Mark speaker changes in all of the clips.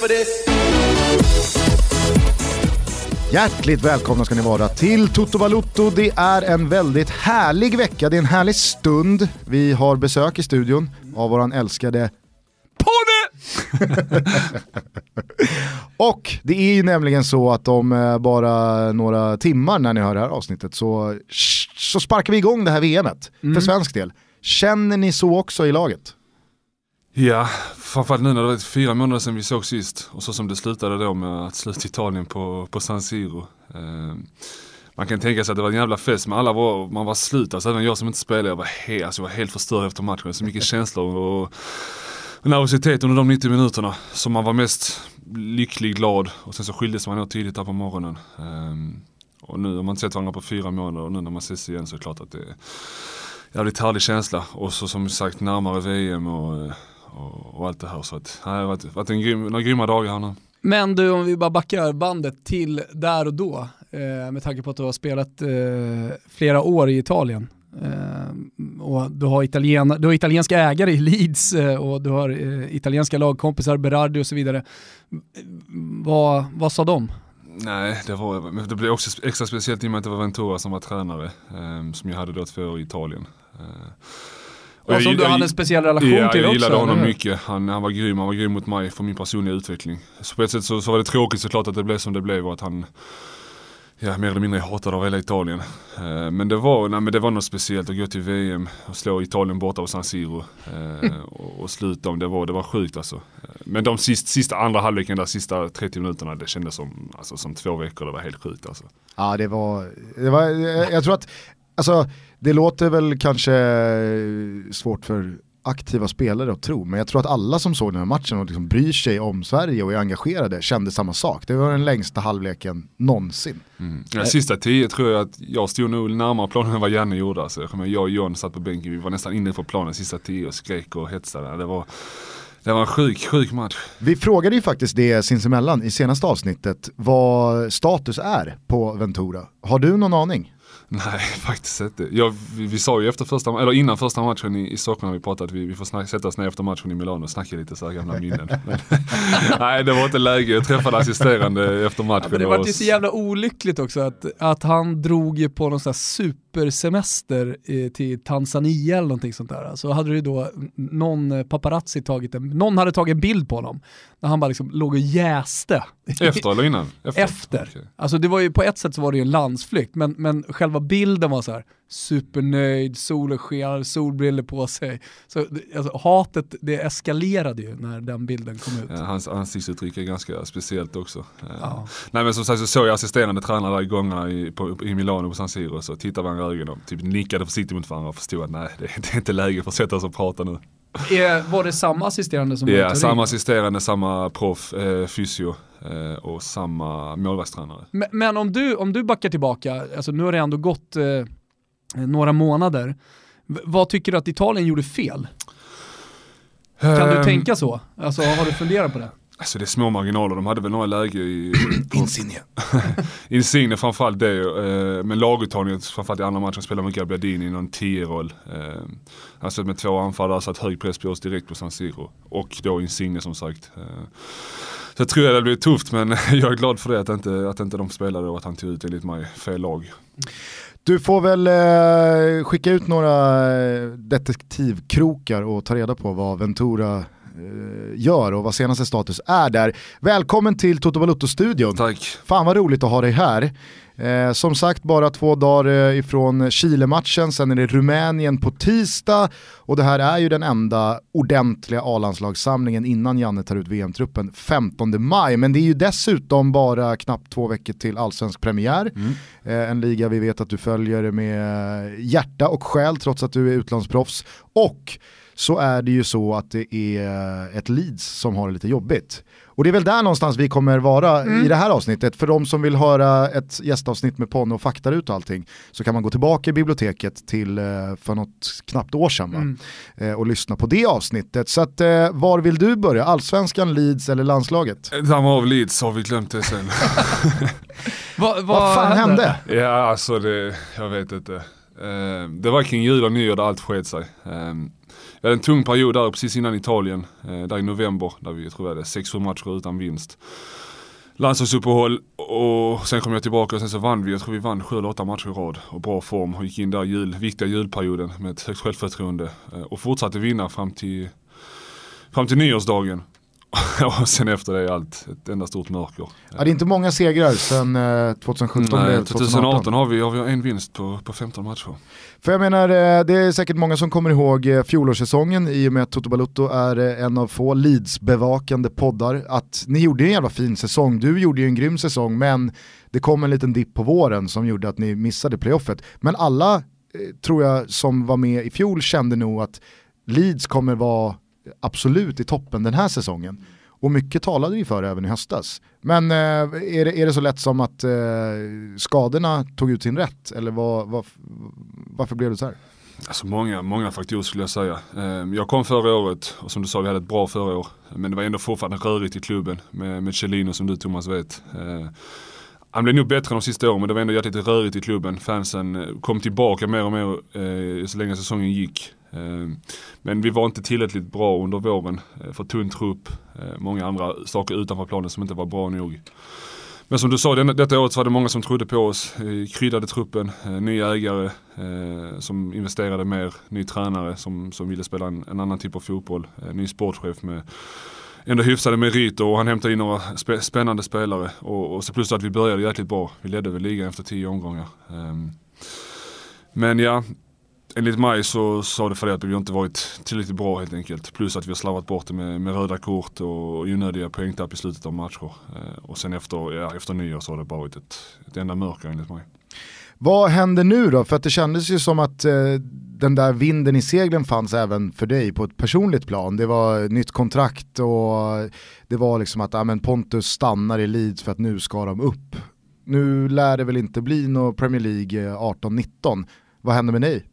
Speaker 1: for this?
Speaker 2: Hjärtligt välkomna ska ni vara till Toto Balotto. Det är en väldigt härlig vecka, det är en härlig stund. Vi har besök i studion av våran älskade Ponne! Och det är ju nämligen så att om bara några timmar när ni hör det här avsnittet så sparkar vi igång det här VMet för svensk del. Känner ni så också i laget?
Speaker 3: Ja, framförallt nu när det var 4 månader sedan vi såg sist. Och så som det slutade då med att sluta Italien på San Siro. Man kan tänka sig att det var en jävla fest, men man var slut. Alltså, även jag som inte spelade, jag var helt förstörd efter matchen. Så mycket känslor och nervositet under de 90 minuterna. Så man var mest lycklig, glad. Och sen så skildes man tidigt där på morgonen. Och nu har man inte sett varandra på 4 månader. Och nu när man ses igen så är det klart att det är jävligt härlig känsla. Och så som sagt närmare VM och allt det här. Så att det har varit några grymma dagar här nu.
Speaker 4: Men du, om vi bara backar bandet till där och då, med tanke på att du har spelat flera år i Italien, och du har italienska ägare i Leeds, och du har italienska lagkompisar, Berardi och så vidare. Vad sa de?
Speaker 3: Nej, det blev också extra speciellt i och med att det var Ventura som var tränare, som jag hade då 2 år i Italien.
Speaker 4: Och som du hade en speciell relation till också.
Speaker 3: Jag gillade honom mycket. Han var grym mot mig för min personliga utveckling. Så på ett sätt så var det tråkigt såklart att det blev som det blev och att han mer eller mindre hatade av hela Italien. Men det var något speciellt att gå till VM och slå Italien borta av San Siro och sluta om det var sjukt alltså. Men de sista andra halvleken där, sista 30 minuterna, det kändes som 2 veckor, det var helt sjukt alltså.
Speaker 2: Ja, det var jag tror att alltså, det låter väl kanske svårt för aktiva spelare att tro, men jag tror att alla som såg den här matchen och liksom bryr sig om Sverige och är engagerade kände samma sak. Det var den längsta halvleken någonsin.
Speaker 3: Ja, sista 10 tror jag att jag stod nog närmare planen än vad Janne gjorde. Alltså, jag och John satt på bänken, vi var nästan inne på planen sista 10 och skrek och hetsade. Det var en sjuk match. Vi frågade ju faktiskt det sinsemellan i senaste avsnittet vad status är på Ventura. Har du någon aning? Nej, faktiskt inte. Vi sa ju innan första matchen i Stockholm när vi pratade att vi får sätta oss ner efter matchen i Milano och snacka lite så här gamla minnen. Men, nej, det var inte läge. Jag träffade assisterande efter matchen. Ja,
Speaker 4: det var ju så jävla olyckligt också att han drog på någon sån här supersemester till Tanzania eller någonting sånt där. Så hade det då någon paparazzi någon hade tagit en bild på honom när han bara liksom låg och jäste.
Speaker 3: Efter eller innan?
Speaker 4: Efter.
Speaker 3: Okay.
Speaker 4: Alltså det var ju på ett sätt så var det ju en landsflykt, men själva bilden var så här supernöjd, solsken, solbriller på sig. Så alltså, hatet, det eskalerade ju när den bilden kom ut.
Speaker 3: Ja, hans ansiktsuttryck är ganska speciellt också. Ja. Nej, men som sagt så såg jag assisterande tränare där i gångarna i Milano på San Siro, så tittade varandra i ögonen och typ nickade försiktigt mot varandra och förstod att nej, det är inte läge för att sätta oss och prata nu.
Speaker 4: Var det samma assisterande som
Speaker 3: Ja, samma assisterande, samma proff, fysio och samma målvaktstränare.
Speaker 4: Men om du backar tillbaka, alltså nu har det ändå gått några månader. Vad tycker du att Italien gjorde fel? Kan du tänka så? Alltså har du funderat på det?
Speaker 3: Alltså det är små marginaler, de hade väl några läge i
Speaker 2: Insigne.
Speaker 3: Insigne framförallt det, men laguttagningen framförallt i andra matchen spelar med Gabbiadini i någon 10-roll. Alltså med 2 anfallare så att hög press på oss direkt på San Siro. Och då Insigne som sagt. Så jag tror att det blir tufft, men jag är glad för det att inte de spelade och att han tog ut enligt mig fel lag.
Speaker 2: Du får väl skicka ut några detektivkrokar och ta reda på vad Ventura gör och vad senaste status är där. Välkommen till Toto Balotto-studion.
Speaker 3: Tack.
Speaker 2: Fan vad roligt att ha dig här. Som sagt, bara 2 dagar ifrån Chile-matchen, sen är det Rumänien på tisdag och det här är ju den enda ordentliga A-landslagssamlingen innan Janne tar ut VM-truppen 15 maj, men det är ju dessutom bara knappt 2 veckor till allsvensk premiär. En liga vi vet att du följer med hjärta och själ trots att du är utlandsproffs, och så är det ju så att det är ett Leeds som har det lite jobbigt. Och det är väl där någonstans vi kommer vara i det här avsnittet. För de som vill höra ett gästavsnitt med Ponne och fakta ut och allting, så kan man gå tillbaka i biblioteket till för något knappt år sedan och lyssna på det avsnittet. Så att, var vill du börja? Allsvenskan, Leeds eller landslaget?
Speaker 3: Dammar av Leeds har vi glömt det sen.
Speaker 2: Vad fan hände?
Speaker 3: Ja, alltså jag vet inte. Det var kring jul och nyår där allt sked sig. Vi hade en tung period där precis innan Italien, där i november, där vi tror jag det 600 matcher utan vinst. Landslagsuppehåll och sen kom jag tillbaka och sen så vann vi. Jag tror vi vann 7 eller 8 matcher i rad och bra form och gick in där viktiga julperioden med ett högt självförtroende och fortsatte vinna fram till nyårsdagen. Och sen efter det är allt ett enda stort mörker.
Speaker 2: Ja, det är inte många segrar sen 2017.
Speaker 3: Nej, 2018 har vi en vinst på 15 matcher.
Speaker 2: För jag menar, det är säkert många som kommer ihåg fjolårssäsongen i och med att Toto Balotto är en av få Leeds-bevakande poddar. Att ni gjorde en jävla fin säsong, du gjorde ju en grym säsong, men det kom en liten dipp på våren som gjorde att ni missade playoffet. Men alla, tror jag, som var med i fjol kände nog att Leeds kommer vara absolut i toppen den här säsongen. Och mycket talade vi för även i höstas. Men är det så lätt som att skadorna tog ut sin rätt? Eller varför blev det så här?
Speaker 3: Alltså många faktorer skulle jag säga. Jag kom förra året och som du sa vi hade ett bra förra år. Men det var ändå fortfarande rörigt i klubben med Celino som du Thomas vet. Han blev nog bättre de sista åren men det var ändå jättelite rörigt i klubben. Fansen kom tillbaka mer och mer så länge säsongen gick. Men vi var inte tillräckligt bra under våren för tunn trupp, många andra saker utanför planen som inte var bra nog. Men som du sa, detta året så var det många som trodde på oss, kryddade truppen, nya ägare som investerade mer, ny tränare som ville spela en annan typ av fotboll, ny sportchef med ändå hyfsade meriter och han hämtade in några spännande spelare och så plus att vi började jäkligt bra, vi ledde väl ligan efter 10 omgångar. Men ja, enligt mig så sa det för det att vi inte varit tillräckligt bra helt enkelt. Plus att vi har slavat bort det med röda kort och onödiga poängtapp i slutet av matcher. Och sen efter nyår så har det bara varit ett enda mörker enligt mig.
Speaker 2: Vad händer nu då? För att det kändes ju som att den där vinden i seglen fanns även för dig på ett personligt plan. Det var nytt kontrakt och det var liksom att Pontus stannar i Leeds för att nu ska de upp. Nu lär det väl inte bli någon Premier League 18-19. Vad händer med dig?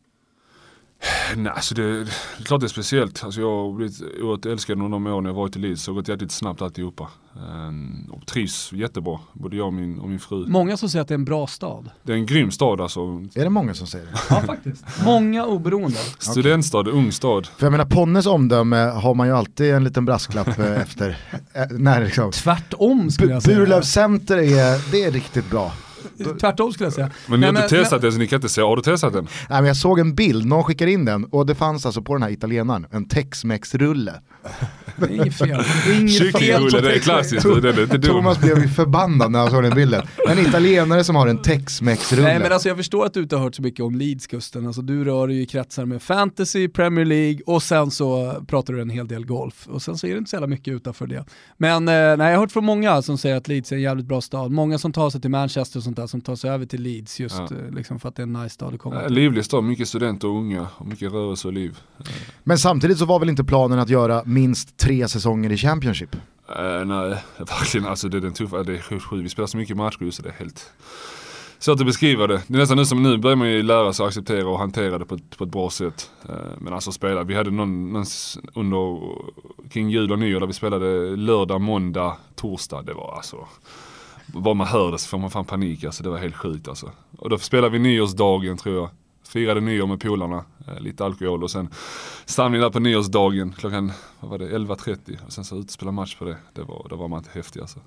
Speaker 3: Nej, alltså det är klart det är speciellt. Alltså jag har blivit oerhört älskad under de åren jag varit i Leeds och gått jättigt snabbt alltihopa. Och trivs jättebra, både jag och min fru.
Speaker 4: Många som säger att det är en bra stad.
Speaker 3: Det är en grym stad alltså.
Speaker 2: Är det många som säger det?
Speaker 4: Ja, faktiskt. Många oberoende.
Speaker 3: Studentstad, ung stad.
Speaker 2: För jag menar, Ponnes omdöme har man ju alltid en liten brasklapp efter. När liksom,
Speaker 4: tvärtom skulle jag säga.
Speaker 2: Burlöv Center det är riktigt bra.
Speaker 4: Tvärtom skulle jag säga.
Speaker 3: Men ni har inte testat det så ni kan inte säga, har du testat den?
Speaker 2: Nej men jag såg en bild, någon skickade in den och det fanns alltså på den här italienaren en Tex-Mex-rulle.
Speaker 4: Det är inget fel.
Speaker 3: Kycklingrulle, det är klassiskt.
Speaker 2: Thomas blev ju förbannad när han såg den bilden. En italienare som har en Tex-Mex-rulle.
Speaker 4: Nej men alltså jag förstår att du inte har hört så mycket om Leeds-kusten. Alltså du rör dig i kretsar med fantasy, Premier League och sen så pratar du en hel del golf. Och sen så är det inte så jävla mycket utanför det. Men nej, jag har hört från många som säger att Leeds är en jävligt bra stad. Många som tar sig till Manchester och sånt där som tar sig över till Leeds just liksom för att det är en nice stad att komma till.
Speaker 3: Livlig stad, mycket studenter och unga och mycket rörelse och liv.
Speaker 2: Men samtidigt så var väl inte planen att göra minst 3 säsonger i Championship?
Speaker 3: Nej, verkligen. Alltså det är den tuffa, det är 7-7. Vi spelar så mycket matcher så det är helt svårt att beskriva det. Det är nästan nu börjar man ju lära sig att acceptera och hantera det på ett bra sätt. Men alltså spela, vi hade någon under kring jul och nyår där vi spelade lördag, måndag, torsdag. Det var alltså, vad man hörde så får man fan panik alltså, det var helt sjukt alltså. Och då spelade vi nyårsdagen tror jag. Firade nyår med polarna, lite alkohol och sen samlade där på nyårsdagen klockan 11:30 och sen så ut och spela match på det. Då var man inte häftig alltså.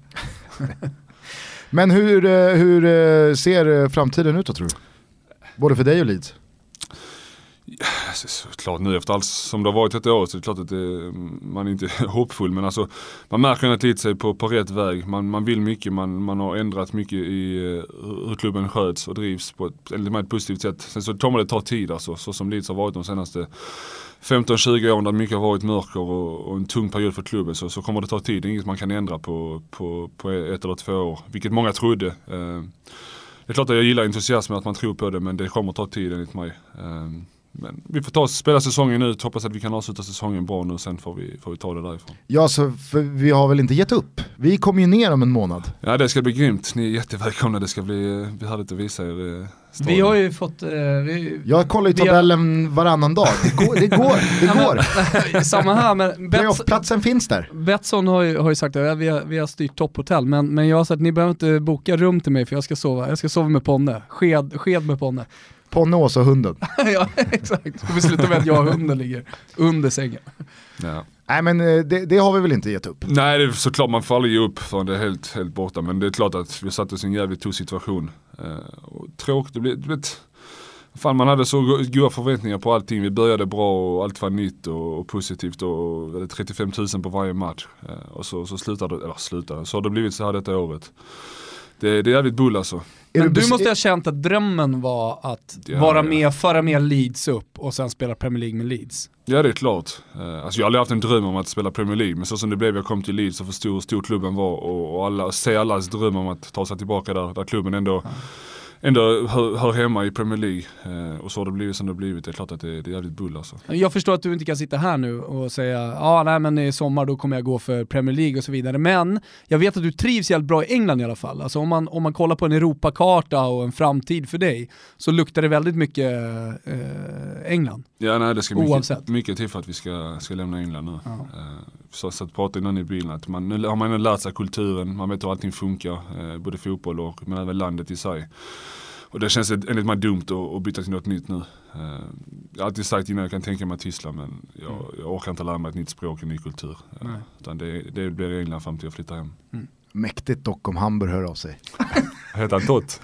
Speaker 2: Men hur ser framtiden ut då tror du? Både för dig och Leeds?
Speaker 3: Ja, klart nu efter allt som det har varit ett år så är det klart att man är inte hoppfull men alltså man märker att Leeds är på rätt väg. Man vill mycket, man har ändrat mycket i hur klubben sköts och drivs på ett positivt sätt. Sen så kommer det ta tid alltså, så som Leeds har varit de senaste 15-20 år där mycket har varit mörker och en tung period för klubben så kommer det ta tid. Det är inget man kan ändra på 1 eller 2 år, vilket många trodde. Det är klart att jag gillar entusiasmen att man tror på det men det kommer ta tid enligt mig. Men vi får spela säsongen ut, hoppas att vi kan avsluta säsongen bra nu, sen får vi ta det därifrån.
Speaker 2: Ja, så för vi har väl inte gett upp? Vi kommer ju ner om en månad.
Speaker 3: Ja, det ska bli grymt. Ni är jättevälkomna, det ska bli härligt att visa er
Speaker 4: Vi har ju fått...
Speaker 2: jag kollar ju tabellen varannan dag. Det går.
Speaker 4: Samma här, men
Speaker 2: platsen finns där.
Speaker 4: Betsson har ju sagt att vi har styrt topphotell, men jag har sagt att ni behöver inte boka rum till mig för jag ska sova med Ponne. Sked med Ponne.
Speaker 2: Ponne, Åsa och hunden.
Speaker 4: Ja, exakt. Ska vi sluta med att jag och hunden ligger under sängen.
Speaker 3: Ja.
Speaker 2: Nej, men det har vi väl inte gett upp.
Speaker 3: Nej, det är såklart man får aldrig ge upp för det är helt borta. Men det är klart att vi satt oss i en jävligt tuff situation. Och tråkigt, det blev fan, man hade så goda förväntningar på allting. Vi började bra och allt var nytt och positivt och 35 000 på varje match. Och så slutade. Så har det blivit så här detta året. Det är jävligt bull alltså.
Speaker 4: Men du måste ha känt att drömmen var att vara med, föra med Leeds upp och sen spela Premier League med Leeds.
Speaker 3: Ja, det är klart. Alltså jag har aldrig haft en dröm om att spela Premier League, men så som det blev, jag kom till Leeds och förstod hur stor klubben var och allas dröm om att ta sig tillbaka där klubben ändå hör hemma i Premier League. Och så har det blivit som det har blivit. Det är klart att det är jävligt bull alltså.
Speaker 4: Jag förstår att du inte kan sitta här nu och säga nej men i sommar då kommer jag gå för Premier League och så vidare. Men jag vet att du trivs jävligt bra i England i alla fall. Alltså om man kollar på en Europakarta och en framtid för dig så luktar det väldigt mycket England.
Speaker 3: Ja, nej, det ska mycket till för att vi ska lämna England nu. Ja. Så att prata innan i bilen att nu har man lärt sig kulturen, man vet hur allting funkar, både fotboll men även landet i sig. Och det känns enligt mig dumt att byta till något nytt nu. Jag har alltid sagt innan jag kan tänka mig att tissla, men jag orkar inte lära mig ett nytt språk, en ny kultur. Utan det blir England fram till jag flyttar hem.
Speaker 2: Mäktigt dock om Hamburg hör av sig.
Speaker 3: Heter han Tott?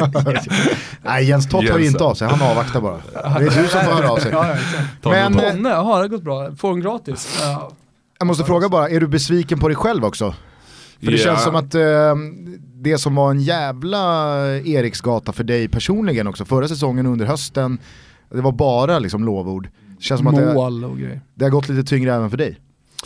Speaker 2: Nej, Jens Tott hör ju inte av sig, han avvaktar bara. Det är du som får höra av sig.
Speaker 4: Men Ponne, det har gått bra. Får en gratis.
Speaker 2: Jag måste fråga bara, är du besviken på dig själv också? För det känns som att det som var en jävla Eriksgata för dig personligen också, förra säsongen under hösten, det var bara liksom lovord. Det känns som
Speaker 4: mål och grejer.
Speaker 2: Det har gått lite tyngre även för dig.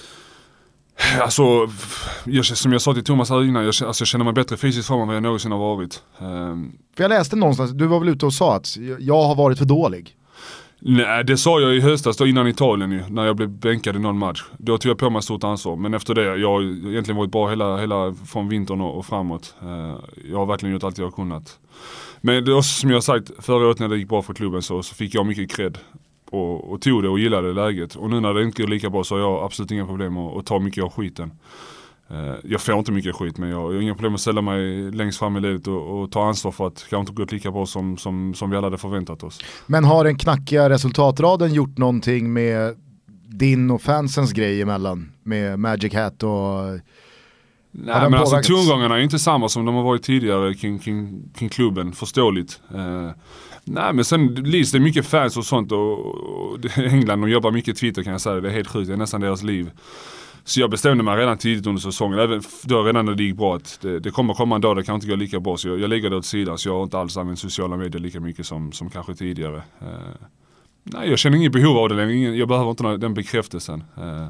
Speaker 3: Alltså, som jag sa till Thomas här innan, jag känner mig bättre fysiskt fram än vad jag någonsin har varit.
Speaker 2: För jag läste någonstans, du var väl ute och sa att jag har varit för dålig.
Speaker 3: Nej, det sa jag i höstas då innan Italien ju, när jag blev bänkad i någon match. Då tog jag på mig stort ansvar, men efter det, jag har egentligen varit bra hela från vintern och framåt. Jag har verkligen gjort allt jag har kunnat. Men det är också, som jag har sagt, förra året när det gick bra för klubben så fick jag mycket cred. Och tog det och gillade läget. Och nu när det inte går lika bra så har jag absolut inga problem att ta mycket av skiten. Jag får inte mycket skit, men jag har inga problem att ställa mig längst fram i ledet och ta ansvar för att det inte gått lika bra som vi alla hade förväntat oss.
Speaker 2: Men har den knackiga resultatraden gjort någonting med din och fansens grej emellan? Med Magic Hat och...
Speaker 3: Nej, men alltså tongångarna är inte samma som de har varit tidigare kring klubben, förståeligt. Nej, men sen Leeds, det är mycket fans och sånt och England, de jobbar mycket Twitter kan jag säga, det är helt sjukt, det är nästan deras liv. Så jag bestämde mig redan tidigt under säsongen, även då redan när det gick bra, att det kommer komma en dag det kan inte gå lika bra, så jag lägger det åt sidan, så jag har inte alls använt sociala medier lika mycket som kanske tidigare. Nej, jag känner inget behov av det längre, jag behöver inte den bekräftelsen.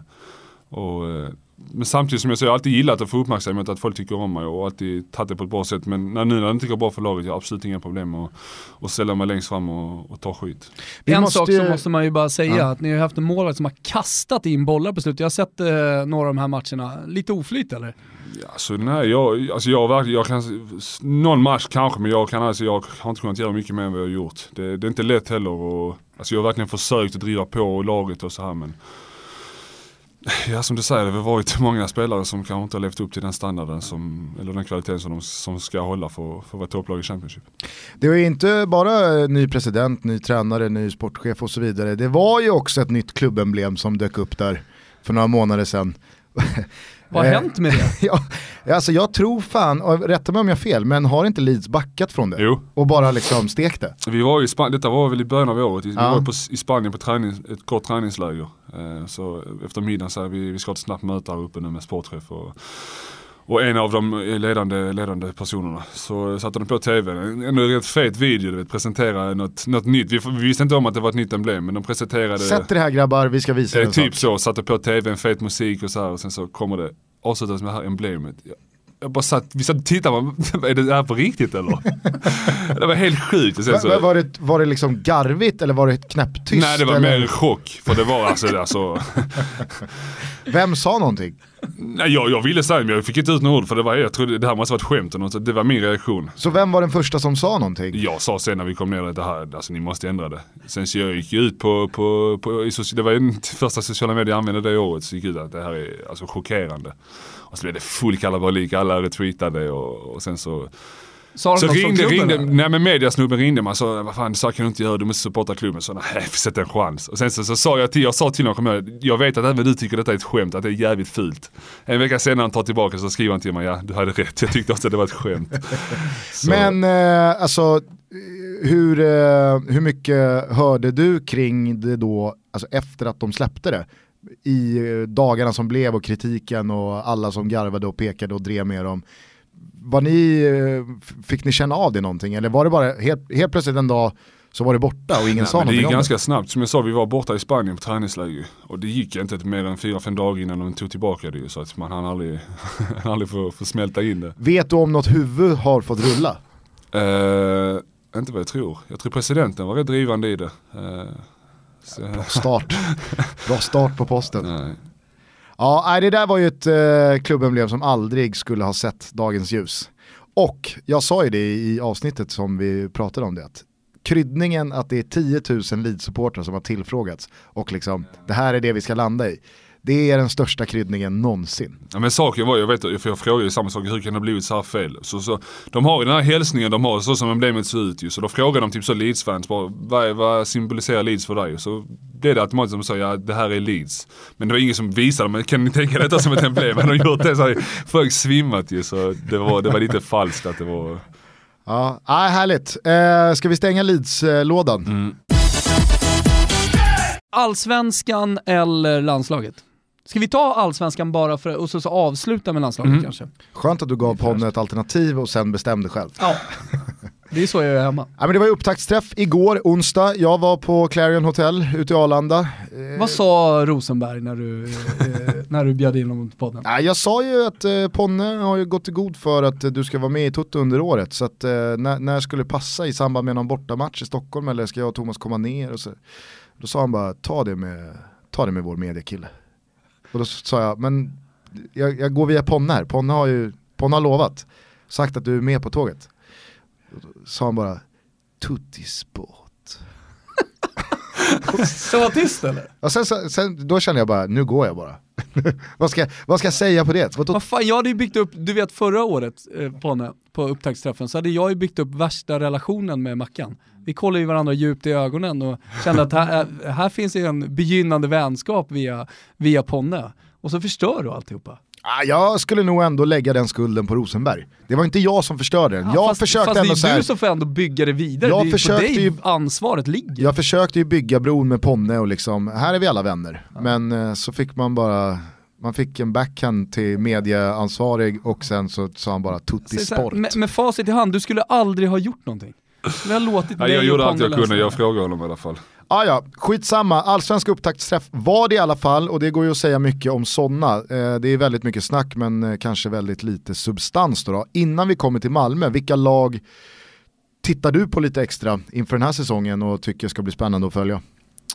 Speaker 3: Men samtidigt som jag säger, jag har alltid gillat att få uppmärksamhet, att folk tycker om mig och alltid tagit det på ett bra sätt. Men när det inte går bra för laget, jag har absolut inga problem att ställa mig längst fram och ta skit.
Speaker 4: En sak som måste man ju bara säga, att ni har haft en målvakt som har kastat in bollar på slutet. Jag har sett några av de här matcherna. Lite oflyt eller?
Speaker 3: Ja, så nej, jag kan någon match kanske, men jag har inte kunnat göra mycket mer än vad jag har gjort. Det är inte lätt heller och, jag har verkligen försökt att driva på laget och så här, men ja, som du säger, det har varit många spelare som kanske inte har levt upp till den standarden eller den kvaliteten som ska hålla för att vara topplag i Championship.
Speaker 2: Det var ju inte bara ny president, ny tränare, ny sportchef och så vidare. Det var ju också ett nytt klubbemblem som dök upp där för några månader sedan.
Speaker 4: Vad har hänt med det?
Speaker 2: Alltså jag tror fan, och rätta mig om jag har fel, men har inte Leeds backat från det?
Speaker 3: Jo.
Speaker 2: Och bara liksom stekt det?
Speaker 3: Vi var i Spanien, detta var väl i början av året. Vi var i Spanien på ett kort träningsläger. Så efter middagen så här, vi ska ha ett snabbt möte här uppe nu med sportchef och en av de ledande personerna. Så satte de på tv, en rätt fet video, du vet, presentera något nytt. Vi visste inte om att det var ett nytt emblem, men de presenterade...
Speaker 2: Sätt det här grabbar, vi ska visa det.
Speaker 3: Typ så, satte på tv, en fet musik och så här, och sen så kommer det avslutas med det här emblemet. Jag bara vi satt och tittade, är det här på riktigt eller? Det var helt sjukt.
Speaker 2: Var det liksom garvigt eller var det knäpptyst?
Speaker 3: Nej, det var mer en chock, för det var alltså...
Speaker 2: Vem sa någonting?
Speaker 3: Nej, jag ville säga, men jag fick inte ut några ord, för jag trodde det här måste vara ett skämt och något, det var min reaktion.
Speaker 2: Så vem var den första som sa någonting?
Speaker 3: Jag sa sen när vi kom ner det här, alltså ni måste ändra det. Sen så jag gick ut på det var den första sociala medier jag använde det året, så gick ut att det här är alltså chockerande. Och så blev det full kalabalik, alla retweetade och sen så
Speaker 4: Sa
Speaker 3: så
Speaker 4: de
Speaker 3: ringde nej men mediasnubben ringde mig, så vad fan, så kan du inte göra, du måste supporta klubben. Så nej, vi sätter en chans. Och sen så sa jag sa till honom, jag vet att även du tycker detta är ett skämt, att det är jävligt fult. En vecka senare han tar tillbaka, så skriver han till mig, ja du hade rätt, jag tyckte också att det var ett skämt.
Speaker 2: Men alltså hur mycket hörde du kring det då, alltså efter att de släppte det? I dagarna som blev och kritiken och alla som garvade och pekade och drev med dem. Fick ni känna av det någonting? Eller var det bara helt plötsligt en dag så var det borta och ingen sa någonting om det?
Speaker 3: Det gick ganska snabbt. Som jag sa, vi var borta i Spanien på träningsläger. Och det gick inte mer än 4-5 dagar innan de tog tillbaka det. Så att man hann aldrig få smälta in det.
Speaker 2: Vet du om något huvud har fått rulla?
Speaker 3: Inte vad jag tror. Jag tror presidenten var rätt drivande i det.
Speaker 2: Bra start på posten.
Speaker 3: Nej.
Speaker 2: Ja, det där var ju ett klubbemblem som aldrig skulle ha sett dagens ljus. Och jag sa ju det i avsnittet som vi pratade om det, att kryddningen att det är 10 000 Leeds-supportrar som har tillfrågats och liksom, det här är det vi ska landa i. Det är den största kryddningen någonsin.
Speaker 3: Ja, men saken var, jag frågade ju samma sak, hur kan det blivit så här fel? Så de har ju den här hälsningen de har, så som emblemet ser ut ju. Så då frågar de typ så Leeds-fans, vad symboliserar Leeds för dig? Så blev det automatiskt som sa, ja det här är Leeds. Men det var ingen som visade, men kan ni tänka detta som ett emblem? Men de har gjort det så här, folk svimmat ju, så det var lite falskt att det var...
Speaker 2: Ja, härligt. Ska vi stänga Leeds-lådan?
Speaker 3: Mm.
Speaker 4: Allsvenskan eller landslaget? Ska vi ta allsvenskan bara för och så avsluta med landslaget kanske?
Speaker 2: Skönt att du gav Ponne ett alternativ och sen bestämde själv.
Speaker 4: Ja, det är så jag är hemma.
Speaker 2: Ja, men det var ju upptaktsträff igår, onsdag. Jag var på Clarion Hotel ute i Arlanda.
Speaker 4: Vad sa Rosenberg när du bjöd in honom på podden?
Speaker 2: Ja, jag sa ju att Ponne har ju gått i god för att du ska vara med i Toto under året. Så att när skulle det passa i samband med någon bortamatch i Stockholm, eller ska jag och Thomas komma ner? Och så. Då sa han bara, ta det med vår mediekille. Och då sa jag, men jag går via Ponne här. Ponne har lovat. Sagt att du är med på tåget. Då sa han bara, tutti sport.
Speaker 4: Så var tyst eller?
Speaker 2: Och sen då kände jag bara, nu går jag bara. vad ska jag säga på det?
Speaker 4: Vad fan, jag hade ju byggt upp, du vet förra året på upptaktsträffen så hade jag ju byggt upp värsta relationen med Mackan. Vi kollade ju varandra djupt i ögonen och kände att här finns en begynnande vänskap via Ponne. Och så förstör du alltihopa.
Speaker 2: Jag skulle nog ändå lägga den skulden på Rosenberg. Det var inte jag som förstörde den.
Speaker 4: Fast det är du som får ändå bygga det vidare. Det är på dig ansvaret ligger.
Speaker 2: Jag försökte ju bygga bron med Ponne och liksom, här är vi alla vänner. Ja. Men så fick man fick en backhand till mediaansvarig och sen så sa han bara tutti sport.
Speaker 4: Med facit i hand, du skulle aldrig ha gjort någonting. Jag
Speaker 3: gjorde allt jag kunde, jag frågade honom i alla fall.
Speaker 2: Ja, skitsamma. Allsvensk upptaktsträff var det i alla fall, och det går ju att säga mycket om sådana. Det är väldigt mycket snack, men kanske väldigt lite substans då. Innan vi kommer till Malmö, vilka lag tittar du på lite extra inför den här säsongen och tycker ska bli spännande att följa?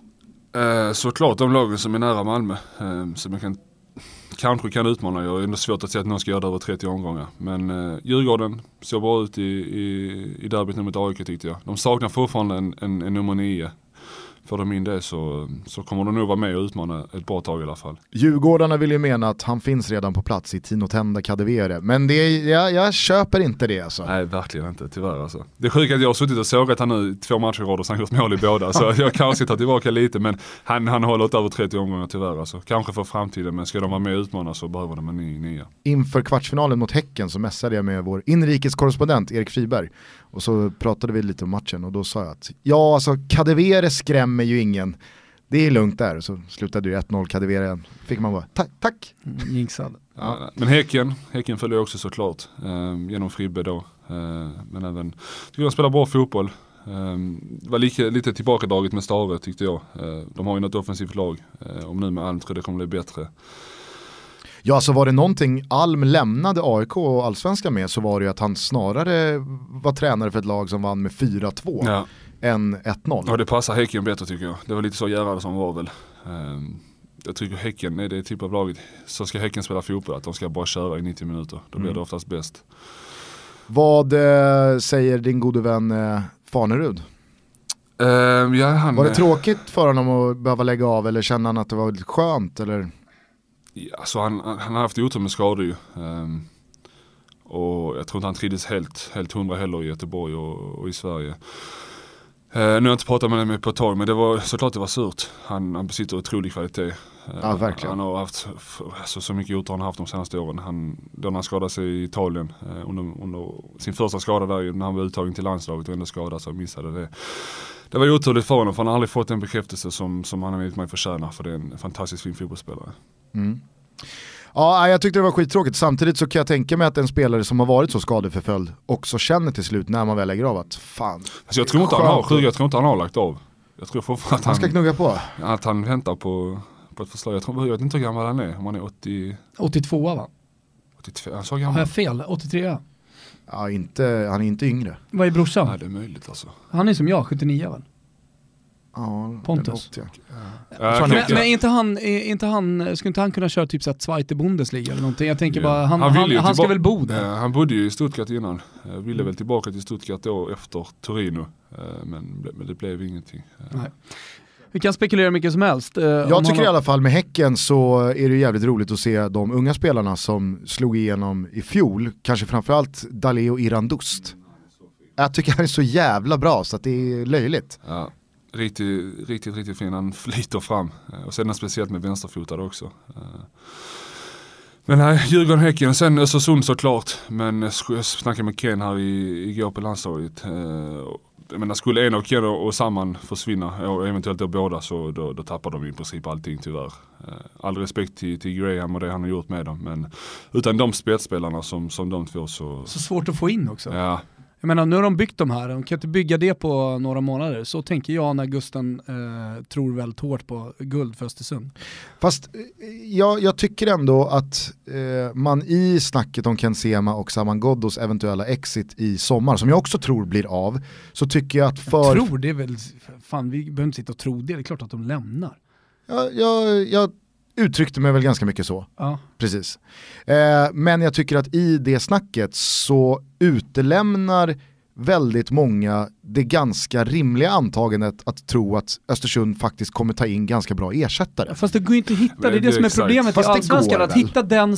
Speaker 3: Såklart de lagen som är nära Malmö, som jag kanske kan utmana. Jag är ändå svårt att säga att någon ska göra det över 30 omgångar. Men Djurgården såg bra ut i derbyt mot AIK tyckte jag. De saknar fortfarande en nummer 9. Får de in det så kommer de nog vara med och utmana ett bra tag i alla fall.
Speaker 2: Djurgårdarna vill ju mena att han finns redan på plats i Tino Tenda Kadewere. Men jag köper inte det alltså.
Speaker 3: Nej, verkligen inte, tyvärr alltså. Det är sjukt att jag har suttit och sågat han nu 2 matcher i rad och sen gjort mål i båda. Så jag kanske tar tillbaka lite, men han håller inte över 30 omgångar tyvärr alltså. Kanske för framtiden, men ska de vara med och utmana så behöver de en ny.
Speaker 2: Inför kvartsfinalen mot Häcken så mässade jag med vår inrikeskorrespondent Erik Friberg. Och så pratade vi lite om matchen och då sa jag att alltså Kadewere skrämmer ju ingen. Det är lugnt där. Och så slutade det 1-0 Kadewere igen. Fick man bara, tack.
Speaker 4: Jinxad.
Speaker 3: Ja. Men Häcken följer också såklart genom Fribbe då. Men även, tycker de spelar bra fotboll. Det var lite tillbakadraget med Stare tyckte jag. De har ju något offensivt lag. Om nu med Alm tror jag det kommer bli bättre.
Speaker 2: Ja, så var det någonting Alm lämnade AIK och Allsvenskan med, så var det ju att han snarare var tränare för ett lag som vann med 4-2 än 1-0.
Speaker 3: Ja, det passar Häcken bättre tycker jag. Det var lite så Gerhard som var väl. Jag tycker Häcken är det typ av laget. Så ska Häcken spela fotboll, att de ska bara köra i 90 minuter. Då blir det oftast bäst. Vad
Speaker 2: säger din gode vän Farnerud?
Speaker 3: Var
Speaker 2: det tråkigt för honom att behöva lägga av, eller känner han att det var lite skönt? Eller?
Speaker 3: Ja, så han har haft otur med skador ju. Och jag tror inte han trivdes helt 100 heller i Göteborg och i Sverige. Nu har jag inte pratat med honom på ett tag, men det var såklart det var surt. Han besitter otrolig kvalitet.
Speaker 2: Ja, verkligen.
Speaker 3: Han har haft så mycket otur han har haft de senaste åren. Då han skadade sig i Italien under sin första skada där när han var uttagen till landslaget och ändå skadade sig och missade det. Det var ju oturligt för honom, för han har aldrig fått den bekräftelse som han har enligt mig förtjänar, för det är en fantastiskt fin fotbollsspelare.
Speaker 2: Mm. Ja, jag tyckte det var skittråkigt. Samtidigt så kan jag tänka mig att en spelare som har varit så skadeförföljd också känner till slut när man väl lägger av att fan.
Speaker 3: Alltså jag tror inte han har lagt av. Jag tror fortfarande att
Speaker 2: han ska knugga på.
Speaker 3: Att han väntar på ett förslag. Jag vet inte hur gammal han är. Om han är
Speaker 4: 82 va?
Speaker 3: 82, han så gammal.
Speaker 4: Har jag fel? 83?
Speaker 2: Ja, han är inte yngre.
Speaker 4: Vad är brorsan?
Speaker 3: Nej, det är möjligt alltså.
Speaker 4: Han är som jag, 79 väl?
Speaker 2: Ja,
Speaker 4: Pontus.
Speaker 3: Men
Speaker 4: inte han, skulle inte han kunna köra typ så att Zweite Bundesliga eller någonting? Jag tänker bara, han ska väl bo där.
Speaker 3: Han bodde ju i Stuttgart innan. Ville väl tillbaka till Stuttgart då efter Torino. Men det blev ingenting.
Speaker 4: Nej. Vi kan spekulera mycket som helst.
Speaker 2: Jag tycker i alla fall med Häcken så är det jävligt roligt att se de unga spelarna som slog igenom i fjol. Kanske framförallt Daleo Irandust. Jag tycker han är så jävla bra så att det är löjligt.
Speaker 3: Ja. Riktigt fin. Han flyter fram. Och sen speciellt med vänsterfotad också. Men här, Djurgården, Häcken och sen Östersund såklart. Men jag snackade med Ken här igår på landslaget. Men skulle en av Ken och Samman försvinna, och eventuellt då båda, så då tappar de i princip allting tyvärr. All respekt till Graham och det han har gjort med dem. Men utan de spelsspelarna som de två så
Speaker 4: svårt att få in också.
Speaker 3: Ja.
Speaker 4: Jag menar, nu har de byggt de här, de kan inte bygga det på några månader. Så tänker jag när Gusten tror väldigt hårt på guld för Östersund.
Speaker 2: Fast jag tycker ändå att man i snacket om Ken Sema och Saman Ghoddos eventuella exit i sommar, som jag också tror blir av, så tycker jag att
Speaker 4: Jag tror det är väl, fan vi behöver inte sitta och tro det är klart att de lämnar.
Speaker 2: Jag uttryckte mig väl ganska mycket så.
Speaker 4: Ja.
Speaker 2: Precis. Men jag tycker att i det snacket så utelämnar väldigt många det ganska rimliga antagandet att tro att Östersund faktiskt kommer ta in ganska bra ersättare.
Speaker 4: Fast det går inte att hitta, det är det som är problemet i Allsvenskan, att hitta den,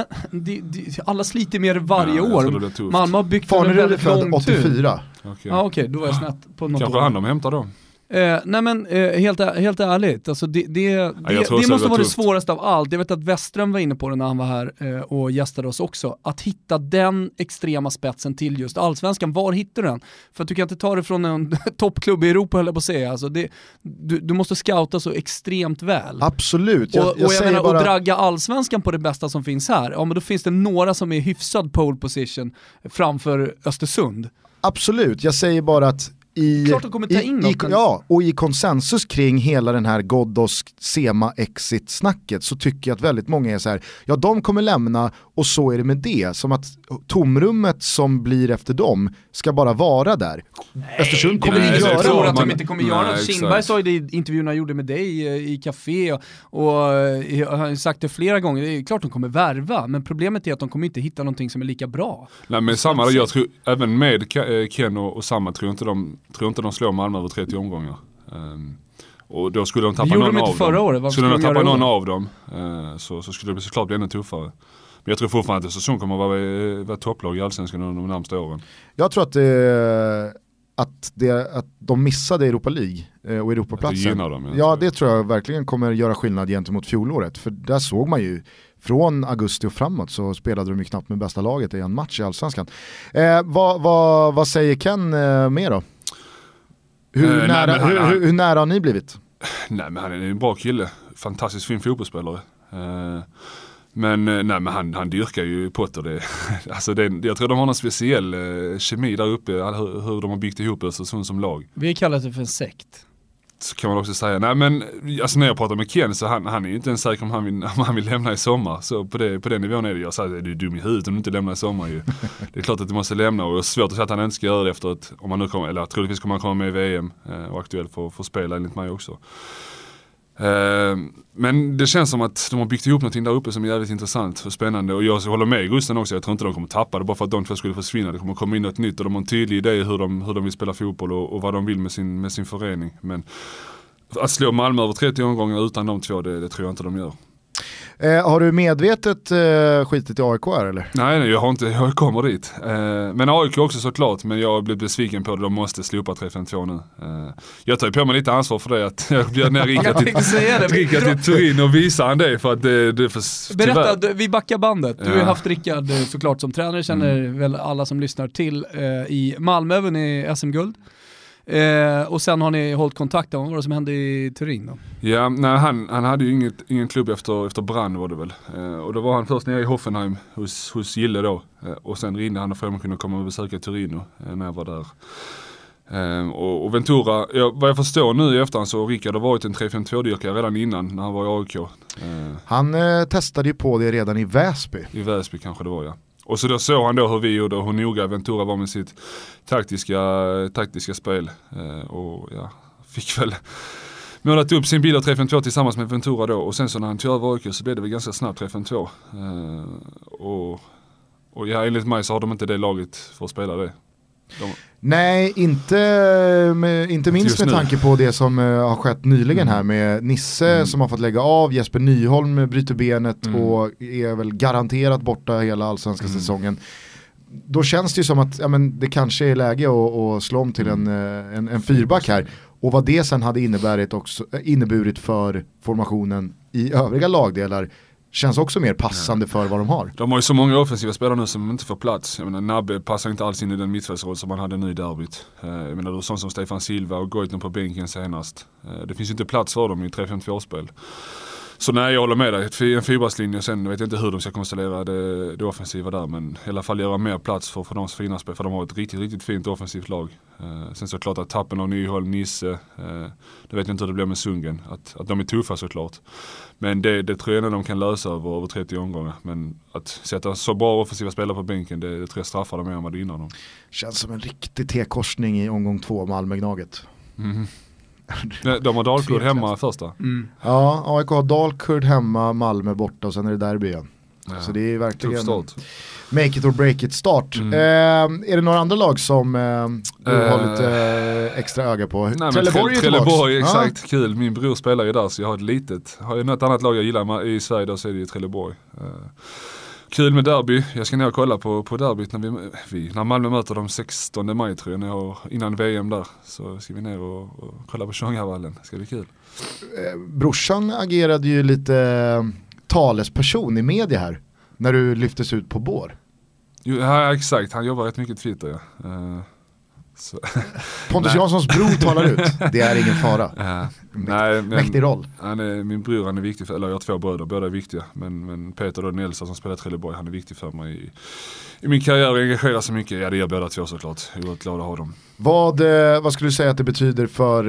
Speaker 4: alla sliter med det varje år. Malmö har byggt en väldigt lång
Speaker 2: 84.
Speaker 4: Okej, då var jag snett på något
Speaker 3: kanske
Speaker 4: år.
Speaker 3: han de hämtar då.
Speaker 4: Nej men helt ärligt, alltså det måste vara det svåraste av allt. Jag vet att Westström var inne på det när han var här och gästade oss också. Att hitta den extrema spetsen till just Allsvenskan. Var hittar du den? För att du kan inte ta det från en toppklubb i Europa, eller på att säga. Alltså du måste scouta så extremt väl.
Speaker 2: Absolut.
Speaker 4: Jag menar, bara... att dragga Allsvenskan på det bästa som finns här. Ja, men då finns det några som är hyfsad pole position framför Östersund.
Speaker 2: Absolut, jag säger bara att
Speaker 4: klart de kommer ta in något,
Speaker 2: ja, och i konsensus kring hela den här Ghoddos Sema exit-snacket så tycker jag att väldigt många är så här, ja de kommer lämna och så är det med det, som att tomrummet som blir efter dem ska bara vara där. Östersund kommer inte göra.
Speaker 4: Jag tror att de inte kommer göra det. Kindberg sa ju det i intervjun jag gjorde med dig i café och jag har sagt det flera gånger, det är klart de kommer värva, men problemet är att de kommer inte hitta någonting som är lika bra.
Speaker 3: Nej, men samma, jag tror även med Ken och samma tror inte de slår Malmö över 30 omgångar. Och då skulle de tappa någon av dem. Skulle de tappa någon av dem så skulle det såklart bli ännu tuffare. Men jag tror fortfarande att säsongen kommer att vara topplag i Allsvenskan de närmaste åren.
Speaker 2: Jag tror att de missade Europa League och Europaplatsen. Det tror jag verkligen kommer göra skillnad gentemot fjolåret. För där såg man ju från augusti och framåt så spelade de ju knappt med bästa laget i en match i Allsvenskan. Vad säger Ken mer då? Hur nära har ni blivit?
Speaker 3: Nej, men han är en bra kille. Fantastiskt fin fotbollsspelare. Men han dyrkar ju Potter. Jag tror de har någon speciell kemi där uppe, hur de har byggt ihop Östersund som lag.
Speaker 4: Vi kallar det för en sekt.
Speaker 3: Så kan man också säga. Nej, men alltså när jag pratar med Ken så han är ju inte ens säker om han vill lämna i sommar. Så på den nivån är det. Jag säger, du är dum i huvudet om du inte lämnar i sommar ju. Det är klart att du måste lämna, och det är svårt att säga att han inte ska göra det efter att, om han nu kommer, eller troligtvis kommer han komma med i VM och aktuell för spela enligt mig också. Men det känns som att de har byggt ihop någonting där uppe som är jävligt intressant och spännande, och jag håller med Gusten också. Jag tror inte de kommer tappa det bara för att de två skulle försvinna. Det kommer komma in något nytt och de har en tydlig idé hur de vill spela fotboll och vad de vill med sin förening. Men att slå Malmö över 30 omgångar utan de två, det tror jag inte de gör.
Speaker 2: Har du medvetet skitit i AIK här eller?
Speaker 3: Nej, jag har inte, jag kommer dit. Men AIK också såklart, men jag har blivit besviken på det, de måste slopa 3-5-2 nu. Jag tar ju på mig lite ansvar för det, att jag blir ner Rickard till Turin och visar han det, för att det är för...
Speaker 4: Berätta, vi backar bandet. Du har ju haft Rickard såklart som tränare, känner väl alla som lyssnar till i Malmö, vunnit SM-guld. Och sen har ni hållit kontakten. Vad var det som hände i Turin då?
Speaker 3: Ja, nej, han hade ju ingen klubb efter brand var det väl. Och då var han först nere i Hoffenheim hos Gille då. Och sen ringde han och frågade om han kunde komma och besöka Turino när jag var där. Och Ventura, vad jag förstår nu i efterhand, så Rickard har varit en 3-5-2-dyrkare redan innan när han var i AIK.
Speaker 2: Han testade ju på det redan i Väsby.
Speaker 3: I Väsby kanske det var, ja. Och så då såg han då hur vi gjorde och hur noga Ventura var med sitt taktiska spel. Och ja, fick väl målat upp sin bil av 3-5-2 tillsammans med Ventura då. Och sen så när han tog över AIK så blev det väl ganska snabbt 3-5-2. Och ja, enligt mig så har de inte det laget för att spela det.
Speaker 2: Nej, inte minst med tanke på det som har skett nyligen här med Nisse som har fått lägga av, Jesper Nyholm bryter benet och är väl garanterat borta hela allsvenska säsongen. Då känns det ju som att det kanske är läge att slå om till en fyrback här. Och vad det sen hade inneburit för formationen i övriga lagdelar känns också mer passande för vad de har.
Speaker 3: De har ju så många offensiva spelare nu som inte får plats. Jag menar, Nabbe passar inte alls in i den mittfältsroll som man hade nu i derbyt. Jag menar, det är sånt som Stefan Silva och Goitner på bänken senast. Det finns inte plats för dem i 3-5-2-spel. Så nej, jag håller med dig. En fyrbackslinje, sen vet jag inte hur de ska konstellera det offensiva där, men i alla fall göra mer plats för de fina spel, för de har ett riktigt, riktigt fint offensivt lag. Sen så klart att tappen av Nyholm, Nisse, det vet jag inte hur det blir med Sungen, att de är tuffa såklart. Men det tror jag de kan lösa över 30 omgångar. Men att sätta så bra offensiva spelare på bänken, det tror jag straffar dem mer än vad det innan dem.
Speaker 2: Känns som en riktig T-korsning i omgång 2 Malmö-Gnaget.
Speaker 3: De har Dalkurd hemma första.
Speaker 2: Ja, AIK har Dalkurd hemma, Malmö borta och sen är det derby igen. Ja, så det är verkligen make it or break it start. Är det några andra lag som du har lite extra öga på?
Speaker 3: Nej, Trelleborg, exakt. Kul. Min bror spelar ju där, så jag har ett litet. Har jag något annat lag jag gillar i Sverige då, så är det ju Trelleborg. Kul med derby. Jag ska ner och kolla på derbyt när Malmö möter dem 16 maj tror jag, innan VM där. Så ska vi ner och kolla på Tjongavallen. Det ska bli kul.
Speaker 2: Brorsan agerade ju lite talesperson i media här när du lyftes ut på Bår.
Speaker 3: Ja, exakt. Han jobbar rätt mycket Twitter, ja.
Speaker 2: Pontus Janssons bror talar ut. Det är ingen fara. Mäktig roll.
Speaker 3: Min bror, han är viktig för, eller jag har 2 bröder, båda är viktiga. Men Peter då, Nelsa som spelar Trelleborg, han är viktig för mig i min karriär och engagerar sig mycket. Ja, det gör båda 2 såklart. Jag är glad att ha dem.
Speaker 2: Vad skulle du säga att det betyder för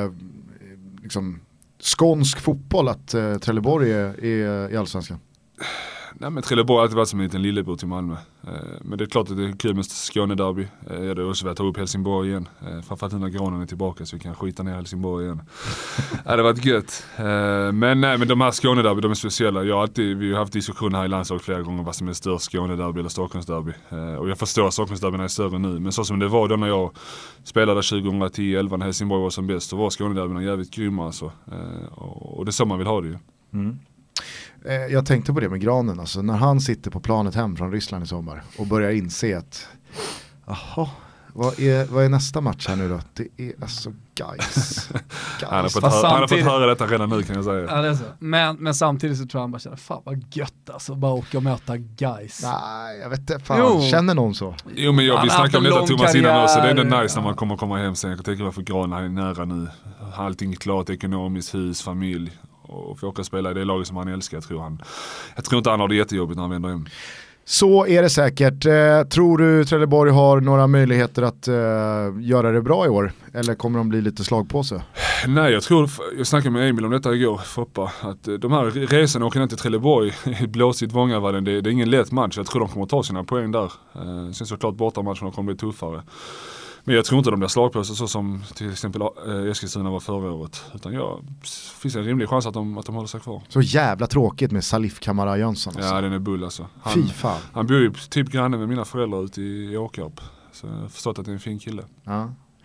Speaker 2: skånsk fotboll att Trelleborg är i allsvenskan?
Speaker 3: Nej, men Trelleborg har alltid varit som en liten lillebror till Malmö. Men det är klart att det är kul med Skånederby. Jag hade också velat ta upp Helsingborg igen. Framförallt när Granen är tillbaka så vi kan skita ner Helsingborg igen. Det hade varit gött. Men de här Skånederby, de är speciella. Vi har haft diskussioner här i landslaget flera gånger vad som är störst, Skånederby eller Stockholmsderby. Och jag förstår att Stockholmsderbyn är större nu. Men så som det var då när jag spelade 2010-11 när Helsingborg var som bäst, så var Skånederbyn jävligt grymma alltså. Och det är så man vill ha det ju.
Speaker 2: Jag tänkte på det med Granen, alltså, när han sitter på planet hem från Ryssland i sommar och börjar inse att vad är nästa match här nu då? Det är alltså guys.
Speaker 3: Han har fått höra detta redan nu, kan jag säga.
Speaker 4: Ja, det är så. Men samtidigt så tror jag han bara känner, fan vad gött alltså, bara åka och möta guys.
Speaker 2: Nej, jag vet inte, fan, känner någon så?
Speaker 3: Jo, men vi snackade om detta Thomas innan också, det är ändå nice när man kommer hem sen. Jag tänker varför Granen är nära nu. Allting är klart, ekonomiskt, hus, familj. Och få åka och spela i det laget som han älskar, jag tror inte han har det jättejobbigt när han vänder hem.
Speaker 2: Så är det säkert. Tror du Trelleborg har några möjligheter att göra det bra i år? Eller kommer de bli lite slagpåse?
Speaker 3: Nej, jag snackade med Emil om detta igår, Foppa, att de här resorna åker ner till Trelleborg i blåsigt Vångavallen, det är ingen lätt match. Jag tror de kommer att ta sina poäng där. Sen såklart bortamatcherna kommer bli tuffare. Men jag tror inte de blir slagpåsar så som till exempel Eskilstuna var förra året. Utan finns en rimlig chans att de håller sig kvar.
Speaker 2: Så jävla tråkigt med Salif Kamara Jönsson. Alltså.
Speaker 3: Ja, den är bull alltså.
Speaker 2: Fy fan.
Speaker 3: Han bor ju typ granne med mina föräldrar ute i Åkarp. Så jag har förstått att det är en fin kille.
Speaker 2: Ja.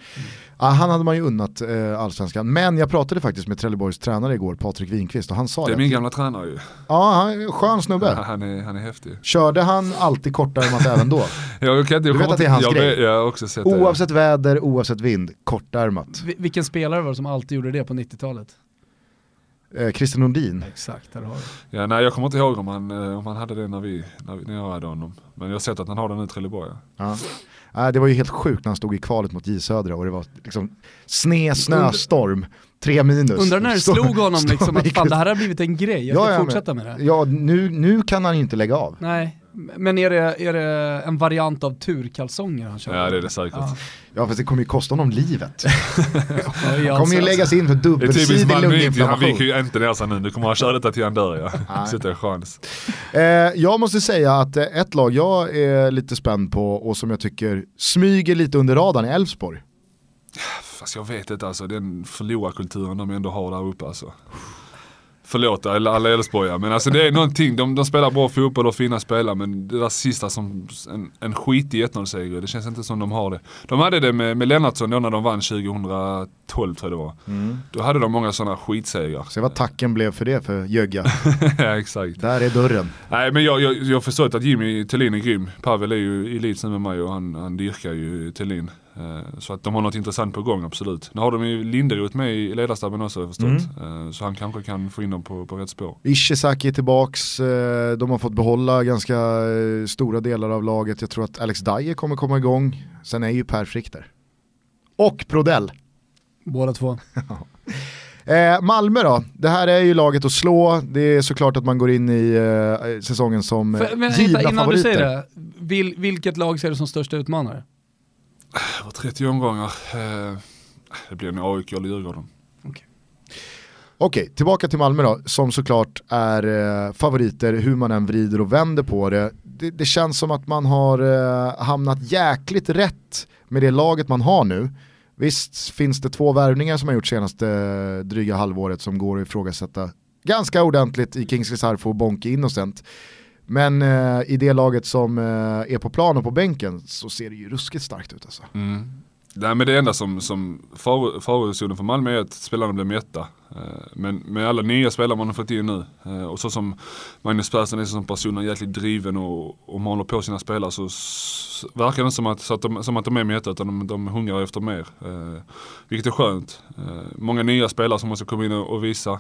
Speaker 2: Ja, han hade man ju unnat allsvenskan. Men jag pratade faktiskt med Trelleborgs tränare igår, Patrik Winqvist, och han sa
Speaker 3: det är min gamla tränare ju.
Speaker 2: Ja, han är skön snubbe.
Speaker 3: Ja, han är häftig.
Speaker 2: Körde han alltid kortärmat även då?
Speaker 3: Jag vet att det är hans grej. Jag har också sett
Speaker 2: oavsett väder, oavsett vind, kortärmat.
Speaker 4: Vilken spelare var det som alltid gjorde det på 90-talet?
Speaker 2: Christer Nordin.
Speaker 4: Exakt, där har du.
Speaker 3: Ja, nej, jag kommer inte ihåg om han hade det när jag hade honom. Men jag har sett att han har den i Trelleborg.
Speaker 2: Ja. Det var ju helt sjukt när han stod i kvalet mot J Södra och det var liksom snöstorm, 3 minus.
Speaker 4: Undrar när det slog honom liksom att fan, det här har blivit en grej, jag ska fortsätta med det.
Speaker 2: Ja, nu kan han ju inte lägga av.
Speaker 4: Nej, men är det en variant av turkalsonger han kör?
Speaker 3: Ja, det är det säkert.
Speaker 2: Ja, fast det kommer ju kosta honom livet. Han kommer ju läggas in för dubbelsidig lunginflammation.
Speaker 3: Han viker ju inte ner sig nu kommer han köra detta till han dör. Sitter i chans.
Speaker 2: Jag måste säga att ett lag jag är lite spänd på och som jag tycker smyger lite under radarn är Elfsborg.
Speaker 3: Fast jag vet inte alltså, den förlorarkulturen de ändå har där uppe alltså. Förlåt alla Elfsborgare, men alltså det är någonting, de spelar bra fotboll och fina spelare, men det där sista som en skitig 1-0-seger, det känns inte som de har det. De hade det med Lennartsson då när de vann 2012 tror jag det var. Då hade de många sådana skitsegrar.
Speaker 2: Se vad tacken blev för det för Jögga.
Speaker 3: Ja, exakt.
Speaker 2: Där är dörren.
Speaker 3: Nej, men jag förstår att Jimmy Thelin är grym. Pavel är ju i Leeds med mig och han dyrkar ju Thelin. Så att de har något intressant på gång, absolut. Nu har de ju Linderoth med i ledarstaben också, jag förstått. Så han kanske kan få in dem på rätt spår.
Speaker 2: Ishizaki är tillbaks, de har fått behålla ganska stora delar av laget. Jag tror att Alex Dyer kommer komma igång. Sen är ju Per Frick där. Och Prodell.
Speaker 4: Båda två.
Speaker 2: Malmö då, det här är ju laget att slå. Det är såklart att man går in i säsongen som givna
Speaker 4: innan
Speaker 2: favoriter.
Speaker 4: Du säger det, vilket lag ser du som största utmanare?
Speaker 3: Det var 30 omgångar. Det blir en AIK eller Djurgården.
Speaker 2: Okej, tillbaka till Malmö då, som såklart är favoriter hur man än vrider och vänder på det. Det känns som att man har hamnat jäkligt rätt med det laget man har nu. Visst finns det 2 värvningar som har gjort senaste dryga halvåret som går att ifrågasätta ganska ordentligt i Kingsley Sarfo och Bonke Innocent. Men i det laget som är på plan och på bänken så ser det ju ruskigt starkt ut alltså.
Speaker 3: Nej, men det enda som farozonen för Malmö är att spelarna blir mätta. Men med alla nya spelare man har fått in nu och så som Magnus Persson är som person jäkligt driven och maler på sina spelare så verkar det som att de är mätta utan de hungrar efter mer. Vilket är skönt. Många nya spelare som måste komma in och visa.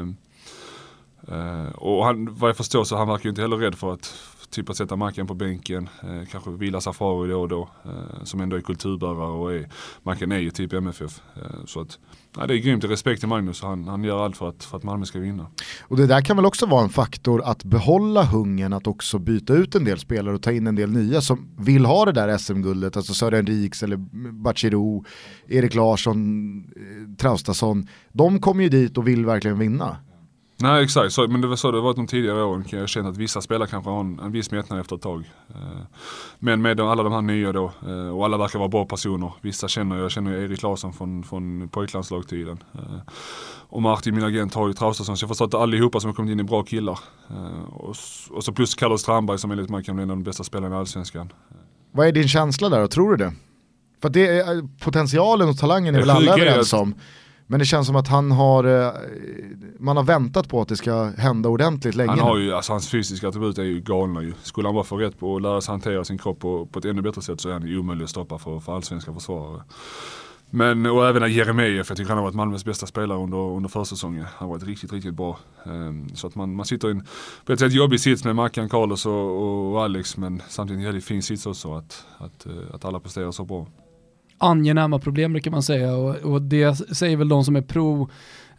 Speaker 3: Och vad jag förstår så han verkar ju inte heller rädd för att sätta Marken på bänken, kanske vila Safari då och då, som ändå är kulturbärare och Marken är ju typ MFF. Så att, det är grymt, respekt till Magnus och han gör allt för att Malmö ska vinna.
Speaker 2: Och det där kan väl också vara en faktor att behålla hungern, att också byta ut en del spelare och ta in en del nya som vill ha det där SM-guldet, alltså Sören Riks eller Bachirou, Erik Larsson, Traustason. De kommer ju dit och vill verkligen vinna.
Speaker 3: Nej, exakt. Så, men det var så det var de tidigare åren. Jag känner att vissa spelare kanske har en viss mättnad efter ett tag. Men med alla de här nya då, och alla verkar vara bra personer. Vissa jag känner Erik Larsson från pojklandslagtiden. Och Martin, min agent, har ju Traustason. Så jag förstår att allihopa som har kommit in är bra killar. Och så plus Carlos Strandberg som enligt mig kan bli en av de bästa spelarna i Allsvenskan.
Speaker 2: Vad är din känsla där och tror du det? För att det är, potentialen och talangen är väl alla överens om. Men det känns som att man har väntat på att det ska hända ordentligt länge.
Speaker 3: Han har ju, alltså hans fysiska attribut är ju galna ju. Skulle han bara få rätt på och lära sig hantera sin kropp på ett ännu bättre sätt så är han ju omöjlig att stoppa för allsvenska försvarare. Men, och även Jeremejeff, jag tycker han har varit Malmös bästa spelare under försäsongen. Han har varit riktigt, riktigt bra. Så att man sitter i en på ett sätt jobbig sits med Mackan, Carlos och Alex, men samtidigt en väldigt fin sits också att alla presterar så bra.
Speaker 4: Angenäma problem brukar man säga och det säger väl de som är pro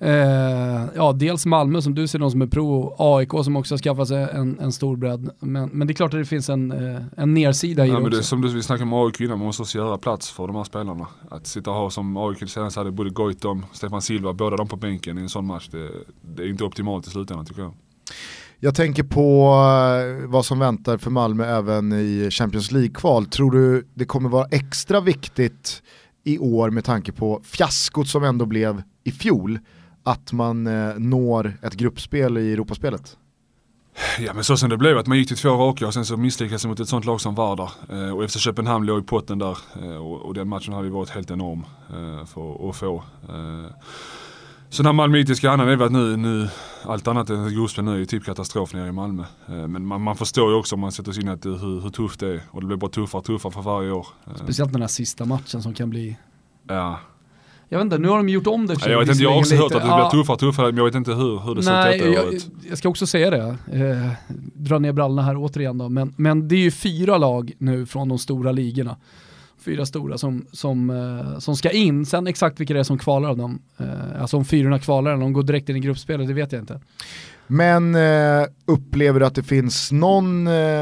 Speaker 4: dels Malmö som du ser, de som är pro och AIK som också har skaffat sig en stor bredd, men det är klart att det finns en nedsida i det också.
Speaker 3: Det är som vi snackade om AIK innan, man måste göra plats för de här spelarna. Att sitta och ha som AIK senast hade både Goitom, Stefan Silva, båda de på bänken i en sån match, det är inte optimalt i slutändan tycker jag.
Speaker 2: Jag tänker på vad som väntar för Malmö även i Champions League-kval. Tror du det kommer vara extra viktigt i år med tanke på fiaskot som ändå blev i fjol att man når ett gruppspel i Europaspelet?
Speaker 3: Ja, men så som det blev att man gick till 2 raka och sen så misslyckades mot ett sånt lag som Vardar. Och efter Köpenhamn låg i potten där och den matchen hade ju varit helt enorm för att få. Så den malmöitiska annan är väl att nu allt annat än gruppspel nu är typ katastrof nere i Malmö. Men man förstår ju också om man sätter sig in att hur tufft det är. Och det blir bara tuffare för varje år.
Speaker 4: Speciellt den här sista matchen som kan bli...
Speaker 3: Ja.
Speaker 4: Jag vet inte, nu har de gjort om det.
Speaker 3: Jag vet inte, jag har också hört att det blir tuffare, men jag vet inte hur det ser ut.
Speaker 4: Jag ska också säga det. Dra ner brallorna här återigen då. Men det är ju 4 lag nu från de stora ligorna. 4 stora som ska in. Sen exakt vilka det är som kvalar av dem. Alltså om 4 kvalar eller de går direkt in i gruppspelet, det vet jag inte.
Speaker 2: Men upplever du att det finns någon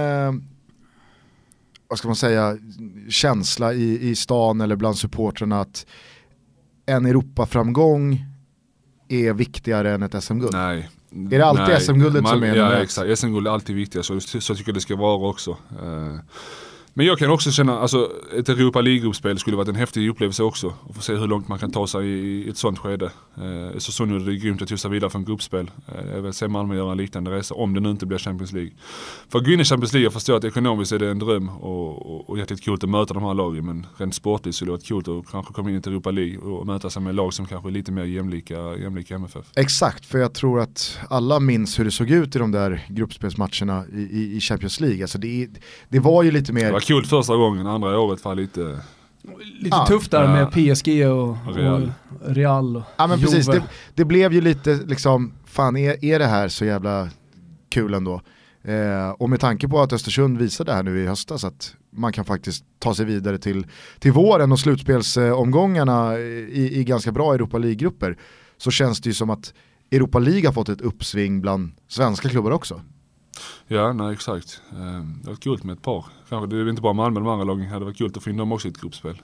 Speaker 2: vad ska man säga, känsla i stan eller bland supporterna att en Europaframgång är viktigare än ett SM-guld?
Speaker 3: Nej.
Speaker 2: Är det alltid SM-guldet som är
Speaker 3: ja, exakt. SM-guld är alltid viktigast, så tycker jag det ska vara också. Men jag kan också känna, alltså ett Europa League-gruppspel skulle varit en häftig upplevelse också. Och få se hur långt man kan ta sig i ett sånt skede. Så nu är det grymt att ta sig vidare från gruppspel. Jag vill se Malmö göra en liknande resa om det nu inte blir Champions League. För att gå in i Champions League, jag förstår att ekonomiskt är det en dröm och jätteligt kul att möta de här lagen. Men rent sportligt så är det varit kul att kanske komma in i Europa League och möta sig med lag som kanske är lite mer jämlika MFF.
Speaker 2: Exakt, för jag tror att alla minns hur det såg ut i de där gruppspelsmatcherna i Champions League. Alltså det var ju lite mer...
Speaker 3: Det var kul första gången, andra året var lite
Speaker 4: tufft där med PSG och Real och
Speaker 2: ja, men
Speaker 4: Juve.
Speaker 2: precis, det blev ju lite liksom, fan är det här så jävla kul ändå? Och med tanke på att Östersund visade här nu i höstas att man kan faktiskt ta sig vidare till våren och slutspelsomgångarna i ganska bra Europa League-grupper, så känns det ju som att Europa League har fått ett uppsving bland svenska klubbar också.
Speaker 3: Ja, nej exakt. Det var kul med ett par. Kanske det är inte bara Malmö, de andra lagen hade varit kul att få in dem också i ett gruppspel.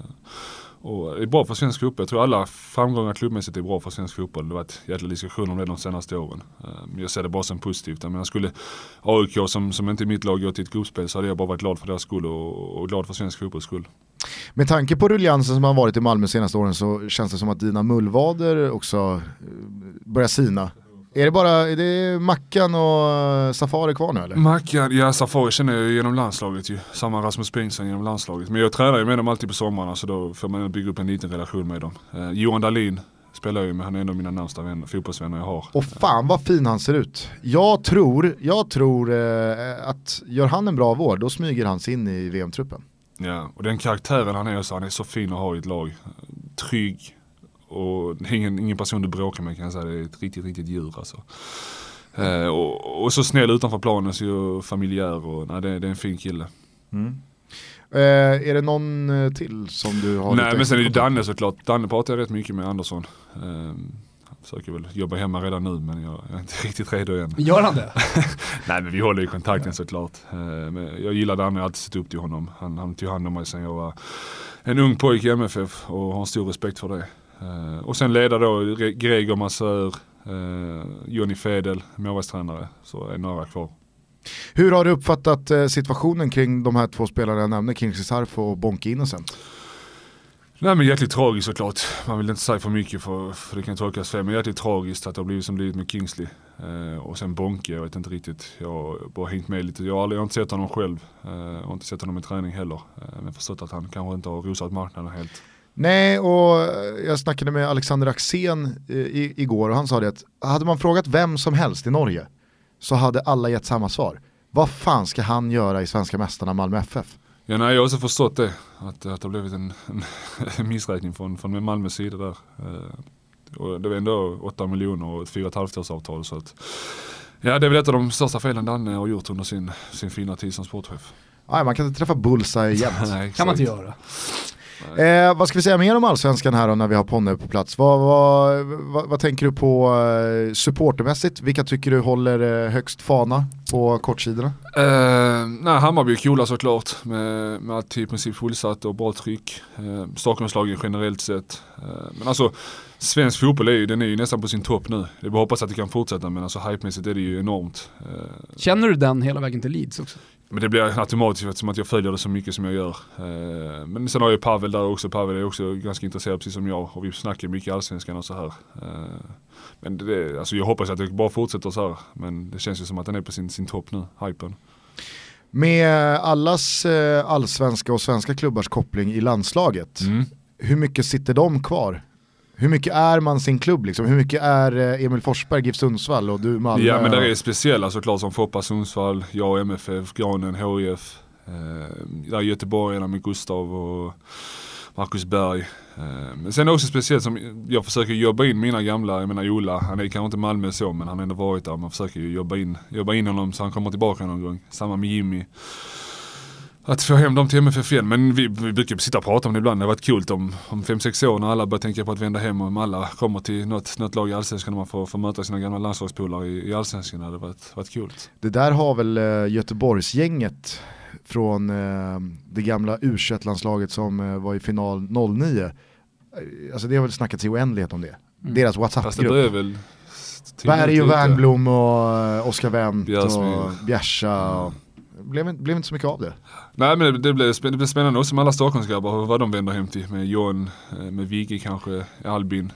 Speaker 3: Och det är bra för svensk fotboll. Jag tror alla framgångar klubbmässigt är bra för svensk fotboll. Det har varit jätla diskussion om det de senaste åren. Jag ser det bara som positivt. Jag menar, skulle AIK som inte är mitt lag gå till ett gruppspel så hade jag bara varit glad för deras skull och glad för svensk fotbolls skull.
Speaker 2: Med tanke på ruljansen som har varit i Malmö senaste åren så känns det som att dina mullvader också börjar sina. Är det Mackan och Safari kvar nu eller?
Speaker 3: Mackan, ja Safari känner jag genom landslaget ju. Samma Rasmus Bengtsson genom landslaget. Men jag tränar ju med dem alltid på sommarna så då får man bygga upp en liten relation med dem. Johan Dahlin spelar ju med, han är en av mina närmsta fotbollsvänner jag har.
Speaker 2: Och fan vad fin han ser ut. Jag tror att gör han en bra vård då smyger han sig in i VM-truppen.
Speaker 3: Ja, och den karaktären han är så fin att ha i ett lag. Trygg. Och ingen person du bråkar med kan jag säga, det är ett riktigt djur alltså. Och så snäll utanför planen, så familjär och nej, det är en fin kille.
Speaker 2: Är det någon till som du har?
Speaker 3: Nej, men sen är det Danne såklart. Danne pratar jag rätt mycket med Andersson. Försöker väl jobba hemma redan nu, men jag är inte riktigt redo än.
Speaker 4: Gör han det?
Speaker 3: Nej, men vi håller i kontakten såklart. Men jag gillar Danne, jag har alltid sett upp till honom. Han tog hand om mig sen jag var en ung pojk i MFF och har stor respekt för det. Och sen leder då Gregor Massör, Johnny Fedel, målvaktstränare, så är några kvar.
Speaker 2: Hur har du uppfattat situationen kring de här 2 spelarna jag nämnde, Kingsley Sarfo och Bonke Innocent?
Speaker 3: Nej, men jäkligt tragiskt såklart. Man vill inte säga för mycket för det kan tolkas fel, men jäkligt tragiskt att det har blivit som blivit med Kingsley. Och sen Bonke, jag vet inte riktigt. Jag har bara hängt med lite. Jag har inte sett honom själv. Jag har inte sett honom i träning heller. Men förstått att han kanske inte har rosat marknaden helt.
Speaker 2: Nej, och jag snackade med Alexander Axén igår och han sa det att hade man frågat vem som helst i Norge så hade alla gett samma svar. Vad fan ska han göra i svenska mästarna Malmö FF?
Speaker 3: Ja, nej, jag har också förstått det. Att det har blivit en missräkning från Malmös sida där. Och det var ändå 8 miljoner och ett 4,5-årsavtal. Så att, ja, det är väl ett av de största felen Danne har gjort under sin fina tid som sportchef.
Speaker 2: Nej, man kan inte träffa bullseye jämt.
Speaker 3: Nej,
Speaker 4: kan man inte göra.
Speaker 2: Vad ska vi säga mer om Allsvenskan här då när vi har Ponne på plats? Vad tänker du på supportermässigt? Vilka tycker du håller högst fana på kortsidorna?
Speaker 3: Nej, Hammarby är coola såklart med allt i princip fullsatt och bra tryck. Stockholmslagen generellt sett. Men alltså svensk fotboll den är ju nästan på sin topp nu. Jag bara hoppas att det kan fortsätta, men alltså hypemässigt är det ju enormt.
Speaker 4: Känner du den hela vägen till Leeds också?
Speaker 3: Men det blir automatiskt eftersom att jag följer det så mycket som jag gör. Men sen har jag Pavel där också. Pavel är också ganska intresserad precis som jag. Och vi snackar mycket allsvenskan och så här. Men alltså jag hoppas att det bara fortsätter så här. Men det känns ju som att den är på sin topp nu, hypen.
Speaker 2: Med allas allsvenska och svenska klubbars koppling i landslaget, hur mycket sitter de kvar? Hur mycket är man sin klubb liksom? Hur mycket är Emil Forsberg, GIF Sundsvall och du Malmö?
Speaker 3: Ja, men det är speciella såklart som Foppa Sundsvall, jag MFF, Granen, HIF. Där Göteborgarna med Gustav och Marcus Berg. Men sen är det också speciellt som jag försöker jobba in mina gamla, jag menar Ola, han är kanske inte Malmö så, men han har ändå varit där. Man försöker ju jobba in honom så han kommer tillbaka någon gång. Samma med Jimmy. Att få hem dem till MFF igen. Men vi brukar sitta och prata om det ibland. Det har varit kul om 5-6 år när alla börjar tänka på att vända hem och om alla kommer till något lag i Allsvenskan och man får möta sina gamla landslagspolare i Allsvenskan. Det hade varit kul.
Speaker 2: Det där har väl Göteborgsgänget från det gamla U21-landslaget som var i final 09. Alltså det har väl snackats i oändlighet om det. Deras WhatsApp-grupp. Berg och Wernbloom och Oskar Wendt och Bjärsa och blev inte så mycket av det.
Speaker 3: Nej, men det blev spännande också med alla Stockholmsgrabbar vad de vänder hem till. Med John, med Vigge kanske, Albin.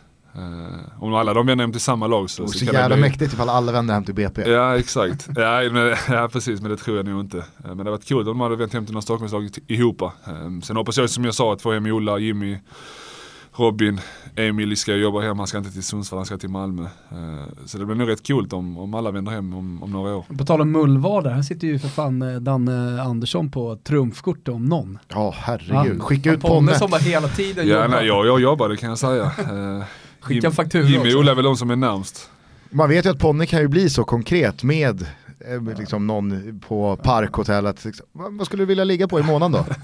Speaker 3: Om alla de vänder hem till samma lag så
Speaker 2: jävla mäktigt ifall alla vänder hem till BP.
Speaker 3: Ja, exakt. Ja, precis, men det tror jag nog inte. Men det har varit kul om de hade vänt hem till någon Stockholmslag ihop. Sen hoppas jag som jag sa att få hem Ola, Jimmy, Robin, Emil ska jobba hem, han ska inte till Sundsvall, han ska till Malmö. Så det blir nog rätt kul om alla vänder hem om några år.
Speaker 4: På tal om mullvar här sitter ju för fan Danne Andersson på trumfkort om någon.
Speaker 2: Ja, herregud. Skicka ut Ponne
Speaker 4: som bara hela tiden
Speaker 3: jobbar. Ja, nej, jag jobbar, det kan jag säga.
Speaker 4: Skicka fakturor
Speaker 3: Jimmy och Ola är väl de som är närmst.
Speaker 2: Man vet ju att Ponne kan ju bli så konkret med liksom någon på parkhotellet. Liksom, vad skulle du vilja ligga på i månaden då?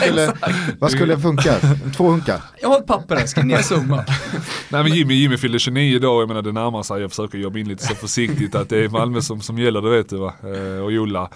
Speaker 2: vad skulle funka? 2 hunkar?
Speaker 4: Jag har ett papper här, ska ni summa?
Speaker 3: Nej, men Jimmy fyller 29 idag, jag menar det närmar sig. Jag försöker jobba in lite så försiktigt att det är Malmö som gäller, det vet du va? Och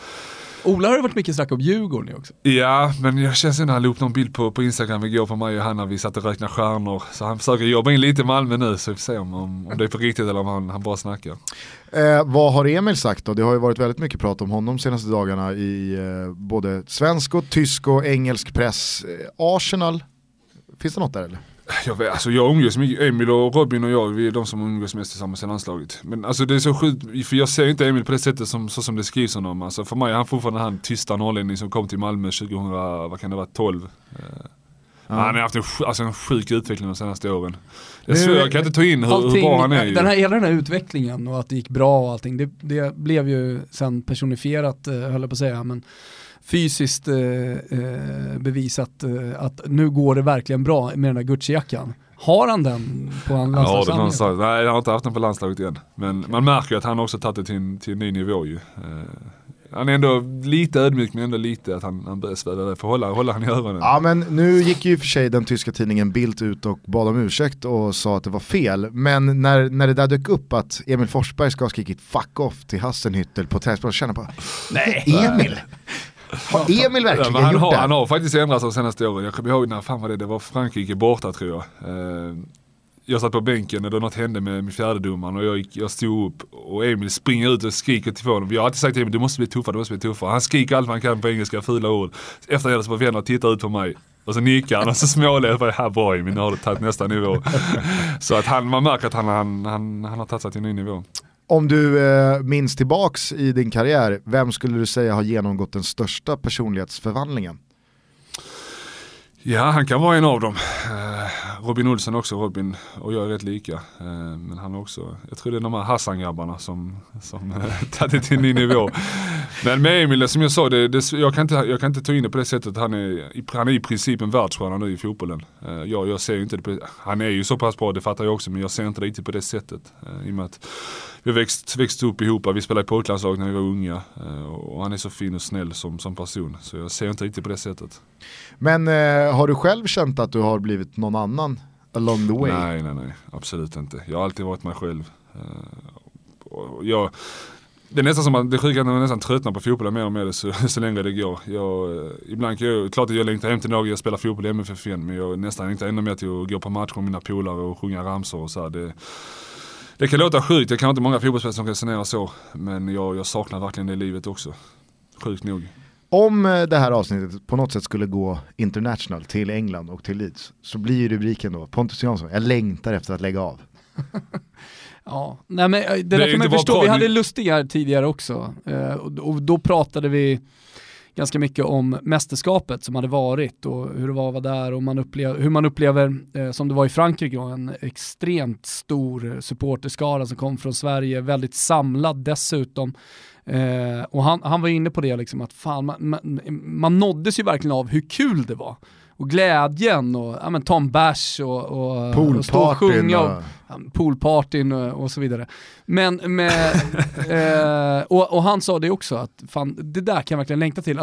Speaker 3: Ola
Speaker 4: har det varit mycket snack om Djurgården också.
Speaker 3: Ja, men jag känns när han la upp någon bild på Instagram igår på mig och han när vi satt och räknade stjärnor. Så han försöker jobba in lite i Malmö nu, så vi får se om det är på riktigt eller om han bara snackar.
Speaker 2: Vad har Emil sagt då? Det har ju varit väldigt mycket prat om honom de senaste dagarna i både svensk och tysk och engelsk press. Arsenal, finns det något där eller?
Speaker 3: Jag umgås mycket, Emil och Robin och jag, vi är de som umgås mest tillsammans i landslaget. Men alltså det är så sjukt, för jag ser inte Emil på det sättet som det skrivs om honom. Alltså för mig är han fortfarande han tysta norrlänning som kom till Malmö 2012. Han har haft en sjuk utveckling de senaste åren. Jag kan inte ta in hur bra han är.
Speaker 4: Hela den här utvecklingen och att det gick bra och allting, det blev ju sen personifierat, höll jag på att säga, men fysiskt bevisat att nu går det verkligen bra med den där Gucci-jackan. Har han den på en landslagssamling?
Speaker 3: Nej, jag har inte haft den på landslaget än. Men man märker att han också tagit det till en ny nivå ju. Han är ändå lite ödmjuk, men ändå lite att han börjar svälla det. För hålla han i öronen.
Speaker 2: Ja, men nu gick ju för sig den tyska tidningen Bild ut och bad om ursäkt och sa att det var fel. Men när det där dök upp att Emil Forsberg ska ha skrikit fuck off till Hassenhüttel på träningsplan, känner på Emil? Har Emil verkligen gjort det?
Speaker 3: Han har faktiskt ändrat de senaste åren. Jag kommer ihåg när fan var det var Frankrike borta tror jag. Jag satt på bänken när något hände med fjärdedomaren och jag stod upp och Emil springer ut och skriker till honom. Jag har alltid sagt till Emil, du måste bli tuffare. Han skriker allt man kan på engelska, fula ord. Efter det så var vänner och tittar ut på mig. Och så nickar han och så småler jag här bra Emil, nu har du tagit nästa nivå. Så att man märker att han har tagit sig till en ny nivå.
Speaker 2: Om du minns tillbaks i din karriär, vem skulle du säga har genomgått den största personlighetsförvandlingen?
Speaker 3: Ja, han kan vara en av dem. Robin Olsen också, Robin och jag är rätt lika. Men han också, jag tror det är de här Hassan-grabbarna som tagit det till en ny nivå. Men med Emil, som jag sa, jag kan inte ta in det på det sättet. Han är i princip en världsstjärna nu i fotbollen. Jag ser inte det på det. Han är ju så pass bra, det fattar jag också, men jag ser inte det riktigt på det sättet. I och med att vi växt upp ihop, vi spelade i pojklandslag när vi var unga. Och han är så fin och snäll som person. Så jag ser inte riktigt på det sättet.
Speaker 2: Men har du själv känt att du har blivit någon annan along the way?
Speaker 3: Nej, absolut inte. Jag har alltid varit mig själv. Det är nästan som att det sjuka när man nästan tröttnar på fotbollen mer och mer så länge det går. Ibland kan klart att jag längtar hem till något jag spelar fotboll i MFF igen, men jag nästan längtar ännu mer till att gå på match med mina polare och sjunga ramsor och så här. Det kan låta sjukt, jag kan inte många fotbollsspelare som resonerar så, men jag saknar verkligen det livet också. Sjukt nog.
Speaker 2: Om det här avsnittet på något sätt skulle gå international till England och till Leeds, så blir ju rubriken då Pontus Jansson, jag längtar efter att lägga av.
Speaker 4: Ja, nej, men det där kan man förstå. Vi hade Lustig tidigare också, och då pratade vi ganska mycket om mästerskapet som hade varit och hur det var att vara där, och hur man upplever som det var i Frankrike, en extremt stor supporterskara som kom från Sverige, väldigt samlad dessutom. Och han var inne på det liksom, att fan, man nåddes ju verkligen av hur kul det var och glädjen och ta en bärs och stå och sjunga och poolpartyn och så vidare. Men och han sa det också, att fan, det där kan jag verkligen längta till,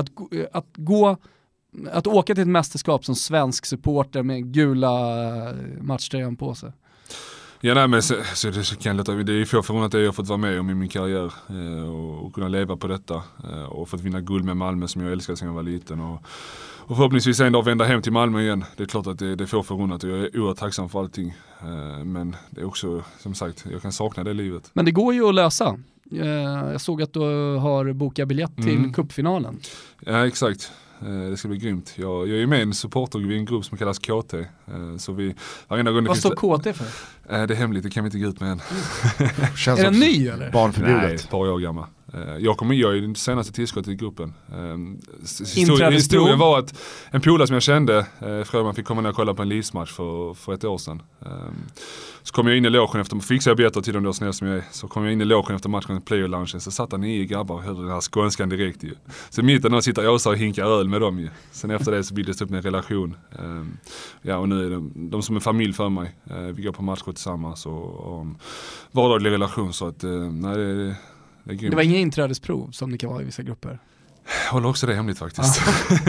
Speaker 4: att åka till ett mästerskap som svensk supporter med gula matchtröjan på sig.
Speaker 3: Ja, nej, men så det kan låta, det är ju förvånat att jag har fått vara med om i min karriär och kunna leva på detta och fått vinna guld med Malmö som jag älskade sedan jag var liten och förhoppningsvis en dag vända hem till Malmö igen. Det är klart att det är förvånat och jag är oerhört tacksam för allting, men det är också, som sagt, jag kan sakna det livet. Men
Speaker 4: det går ju att lösa. Jag såg att du har bokat biljett till cupfinalen.
Speaker 3: Ja, exakt. Det ska bli grymt. Jag är med i en supporter i en grupp som kallas KT. Så vad
Speaker 4: står KT för?
Speaker 3: Det är hemligt, det kan vi inte gå ut med än.
Speaker 2: Känns
Speaker 4: är den ny eller?
Speaker 2: Barnförbjudet.
Speaker 3: Nej, ett par år gammal. Jag är den senaste tillskottet i gruppen.
Speaker 4: Historien
Speaker 3: var att en polare som jag kände, frågade man fick komma ner och kolla på en livsmatch för ett år sedan. Så kom jag in i logen efter, fixade jag biljetter till dem då snäll som jag är. Så kom jag in i logen efter matchen, player-lunchen, så satt han 9 grabbar och hörde den här skånskan direkt ju. Så mitten när sitter jag och hinkar öl med dem ju. Sen efter det så bildades det upp en relation. Och nu är de som en familj för mig. Vi går på matcher tillsammans och vardaglig relation, så att nej, det
Speaker 4: var inga inträdesprov som det kan vara i vissa grupper.
Speaker 3: Jag håller också det hemligt faktiskt.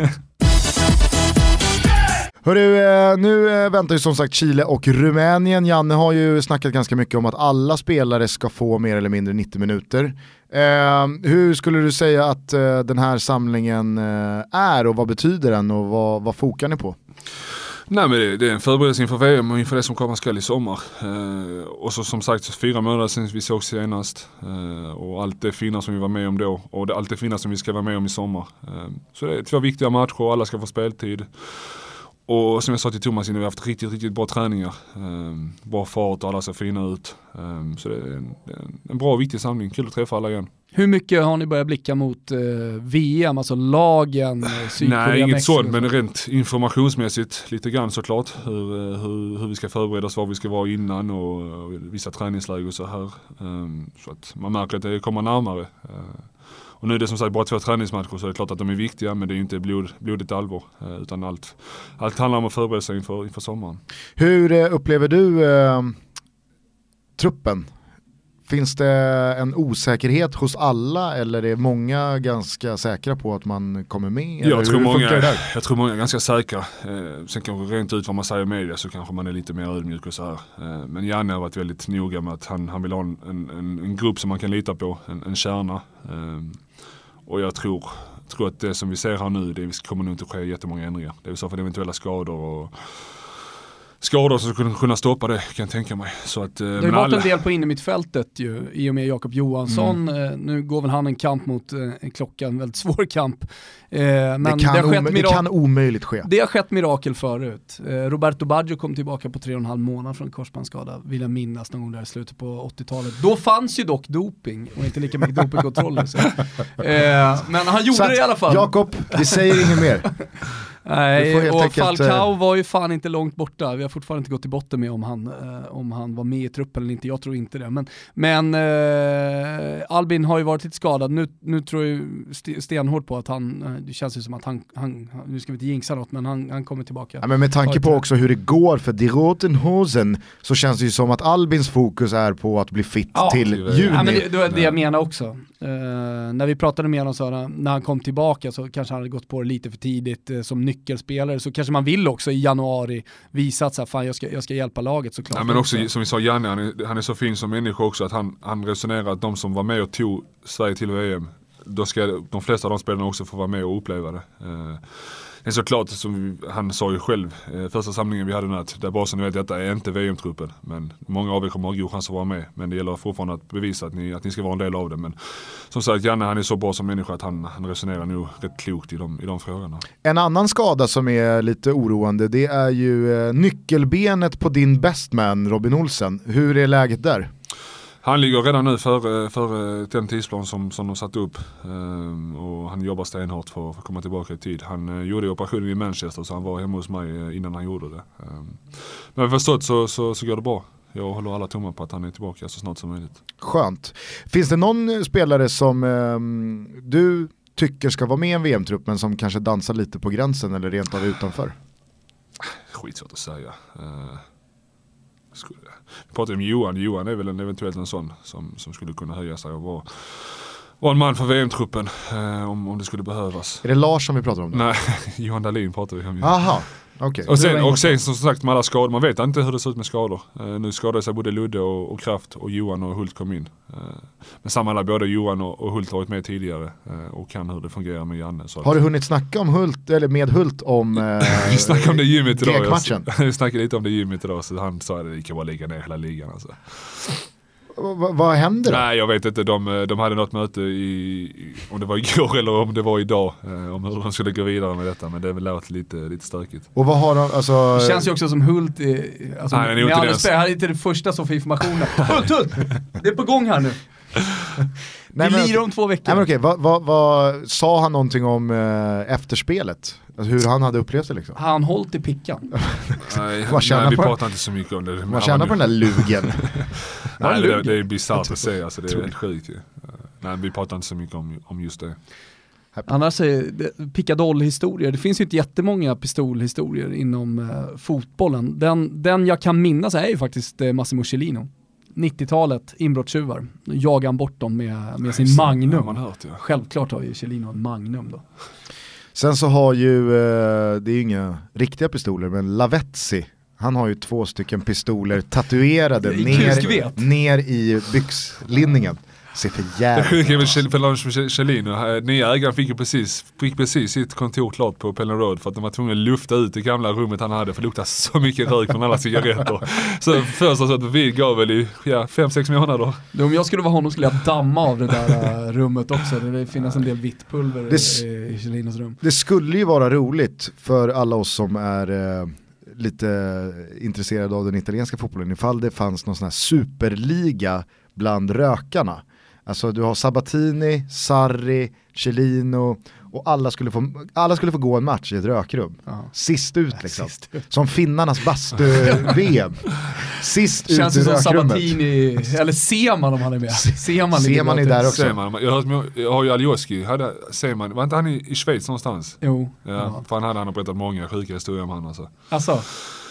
Speaker 2: Hörru, nu väntar ju som sagt Chile och Rumänien. Janne har ju snackat ganska mycket om att alla spelare ska få mer eller mindre 90 minuter. Hur skulle du säga att den här samlingen är, och vad betyder den och vad fokar ni på?
Speaker 3: Nej, men det är en förberedelse inför VM och inför det som kommer skall i sommar. Och så som sagt 4 månader sedan vi såg senast. Och allt det fina som vi var med om då och allt det fina som vi ska vara med om i sommar. Så det är 2 viktiga matcher och alla ska få speltid. Och som jag sa till Thomas innan, vi har haft riktigt bra träningar. Bra fart och alla ser fina ut. Så det är en bra och viktig samling. Kul att träffa alla igen.
Speaker 4: Hur mycket har ni börjat blicka mot VM, alltså lagen, Sydkorea?
Speaker 3: Nej, inget sånt, men rent informationsmässigt lite grann såklart. Hur vi ska förbereda oss, var vi ska vara innan och vissa träningsläger och så här. Så att man märker att det kommer närmare. Och nu är det som sagt bara 2 träningsmatcher, så det är klart att de är viktiga, men det är inte blodigt allvar, utan allt handlar om att förbereda sig inför sommaren.
Speaker 2: Hur upplever du truppen? Finns det en osäkerhet hos alla, eller är många ganska säkra på att man kommer med?
Speaker 3: Jag tror många är ganska säkra. Sen kanske rent ut vad man säger i media så kanske man är lite mer ödmjuk och så här. Men Janne har varit väldigt noga med att han vill ha en grupp som man kan lita på, en kärna. Och jag tror att det som vi ser här nu, det kommer nog inte ske jättemånga ändringar. Det är så för eventuella skador som skulle kunna stoppa det, kan jag tänka mig. Så att,
Speaker 4: det har varit en del på innermittfältet ju, i och med Jakob Johansson. Nu går väl han en kamp mot en väldigt svår kamp. Men
Speaker 2: det kan omöjligt ske.
Speaker 4: Det har skett mirakel förut. Roberto Baggio kom tillbaka på 3,5 månader från korsbandsskada, vill jag minnas, någon gång där i slutet på 80-talet. Då fanns ju dock doping och inte lika mycket dopingkontroller. Men han gjorde det i alla fall.
Speaker 2: Jakob, vi säger inget mer.
Speaker 4: Nej, och Falcao var ju fan inte långt borta. Vi har fortfarande inte gått till botten med om han var med i truppen eller inte. Jag tror inte det. Men Albin har ju varit lite skadad. Nu tror jag stenhårt på att det känns ju som att han nu ska vi inte jinxa något, men han kommer tillbaka.
Speaker 2: Ja, men med tanke på också hur det går för Die Roten Hosen, så känns det ju som att Albins fokus är på att bli fit till juni.
Speaker 4: Ja, men det var det jag menar också. När vi pratade med honom så när han kom tillbaka så kanske han hade gått på det lite för tidigt som nyckelspelare, så kanske man vill också i januari visa att så här, fan, jag ska hjälpa laget såklart.
Speaker 3: Ja, men också som vi sa, Janne, han är så fin som människa också, att han resonerar att de som var med och tog Sverige till VM, då ska de flesta av de spelarna också få vara med och uppleva det. Det är såklart, som han sa ju själv, första samlingen vi hade nu, att där basen vet att detta är inte VM-truppen, men många av er kommer att ha god chans att vara med, men det gäller fortfarande att bevisa att ni ska vara en del av det. Men som sagt, Janne, han är så bra som människa att han resonerar nog rätt klokt i de frågorna.
Speaker 2: En annan skada som är lite oroande, det är ju nyckelbenet på din bestman Robin Olsen. Hur är läget där?
Speaker 3: Han ligger redan nu för den tidsplan som de satt upp, och han jobbar stenhårt för att komma tillbaka i tid. Han gjorde operationen i Manchester, så han var hemma hos mig innan han gjorde det. Men förstått så går det bra. Jag håller alla tummar på att han är tillbaka så snart som möjligt.
Speaker 2: Skönt. Finns det någon spelare som du tycker ska vara med i en VM-trupp men som kanske dansar lite på gränsen eller rent av utanför?
Speaker 3: Skitsvårt att säga. Vi pratar om Johan. Johan är väl eventuellt en sån som skulle kunna höja sig och vara en man för VM-truppen om det skulle behövas.
Speaker 2: Är det Lars som vi pratar om då?
Speaker 3: Nej, Johan Dahlin pratar vi om.
Speaker 2: Aha, okej.
Speaker 3: Och sen som sagt med alla skador, man vet inte hur det ser ut med skador. Nu skadade sig både Ludde och Kraft, och Johan och Hult kom in. Men sammanlagt både Johan och Hult har varit med tidigare och kan hur det fungerar med Janne. Så
Speaker 2: har du hunnit snacka om Hult, eller med Hult om
Speaker 3: vi snackade om det gymmet idag.
Speaker 2: Vi
Speaker 3: snackade lite om det gymmet idag, så han sa att det kan bara ligga ner hela ligan alltså.
Speaker 2: Vad händer då?
Speaker 3: Nej, jag vet inte. De hade något möte om det var igår eller om det var idag, om hur de skulle gå vidare med detta, men det är väl låt lite stökigt.
Speaker 2: Och vad har de, alltså...
Speaker 4: Det känns ju också som Hult alltså,
Speaker 3: nej,
Speaker 4: med all respekt, han är inte det första som får informationen. Hult! Det är på gång här nu. Vi lirar om 2 veckor.
Speaker 2: Nej, men okej, vad sa han någonting om efterspelet? Alltså hur han hade upplevt det liksom?
Speaker 4: Han hållit i pickan.
Speaker 3: Nej, vi pratar inte så mycket om det.
Speaker 2: Man känner på den där lugen.
Speaker 3: Nej, det är bisarrt att säga, alltså, det är helt sjukt. Nej, vi pratar inte så mycket om just det.
Speaker 4: Annars är pickadoll-historier. Det finns ju inte jättemånga pistolhistorier inom fotbollen. Den jag kan minnas är ju faktiskt Massimo Cellino. 90-talet, inbrottstjuvar. Jagar han bort dem med sin Magnum.
Speaker 3: Man hört, ja.
Speaker 4: Självklart har ju Cellino en Magnum då.
Speaker 2: Sen så har ju, det är ju inga riktiga pistoler, men Lavezzi, han har ju 2 stycken pistoler tatuerade ner i byxlinningen. Ser för jävligt.
Speaker 3: Det med Cellino. Nya ägaren fick precis sitt kontor klart på Pelham Road för att de var tvungna att lufta ut det gamla rummet han hade, för det luktade så mycket rök från alla cigaretter. Så först så att vi gav väl i 5-6 månader.
Speaker 4: Om jag skulle vara honom skulle jag damma av det där rummet också. Det finns en del vitt pulver i Cellinos rum.
Speaker 2: Det skulle ju vara roligt för alla oss som är lite intresserade av den italienska fotbollen ifall det fanns någon sån här superliga bland rökarna. Alltså du har Sabatini, Sarri, Cellino och alla skulle få gå en match i ett rökrum. Sist ut liksom. Som finnarnas bastu-VM. Sist
Speaker 4: känns
Speaker 2: ut i
Speaker 4: rökrummet.
Speaker 2: Sabatini,
Speaker 4: eller Seman om han är med.
Speaker 2: Seman är där också.
Speaker 3: Jag har ju Alioski. Seman, var inte han i Schweiz någonstans?
Speaker 4: Jo.
Speaker 3: Ja, för han berättat många sjuka historier om han alltså.
Speaker 4: Ja,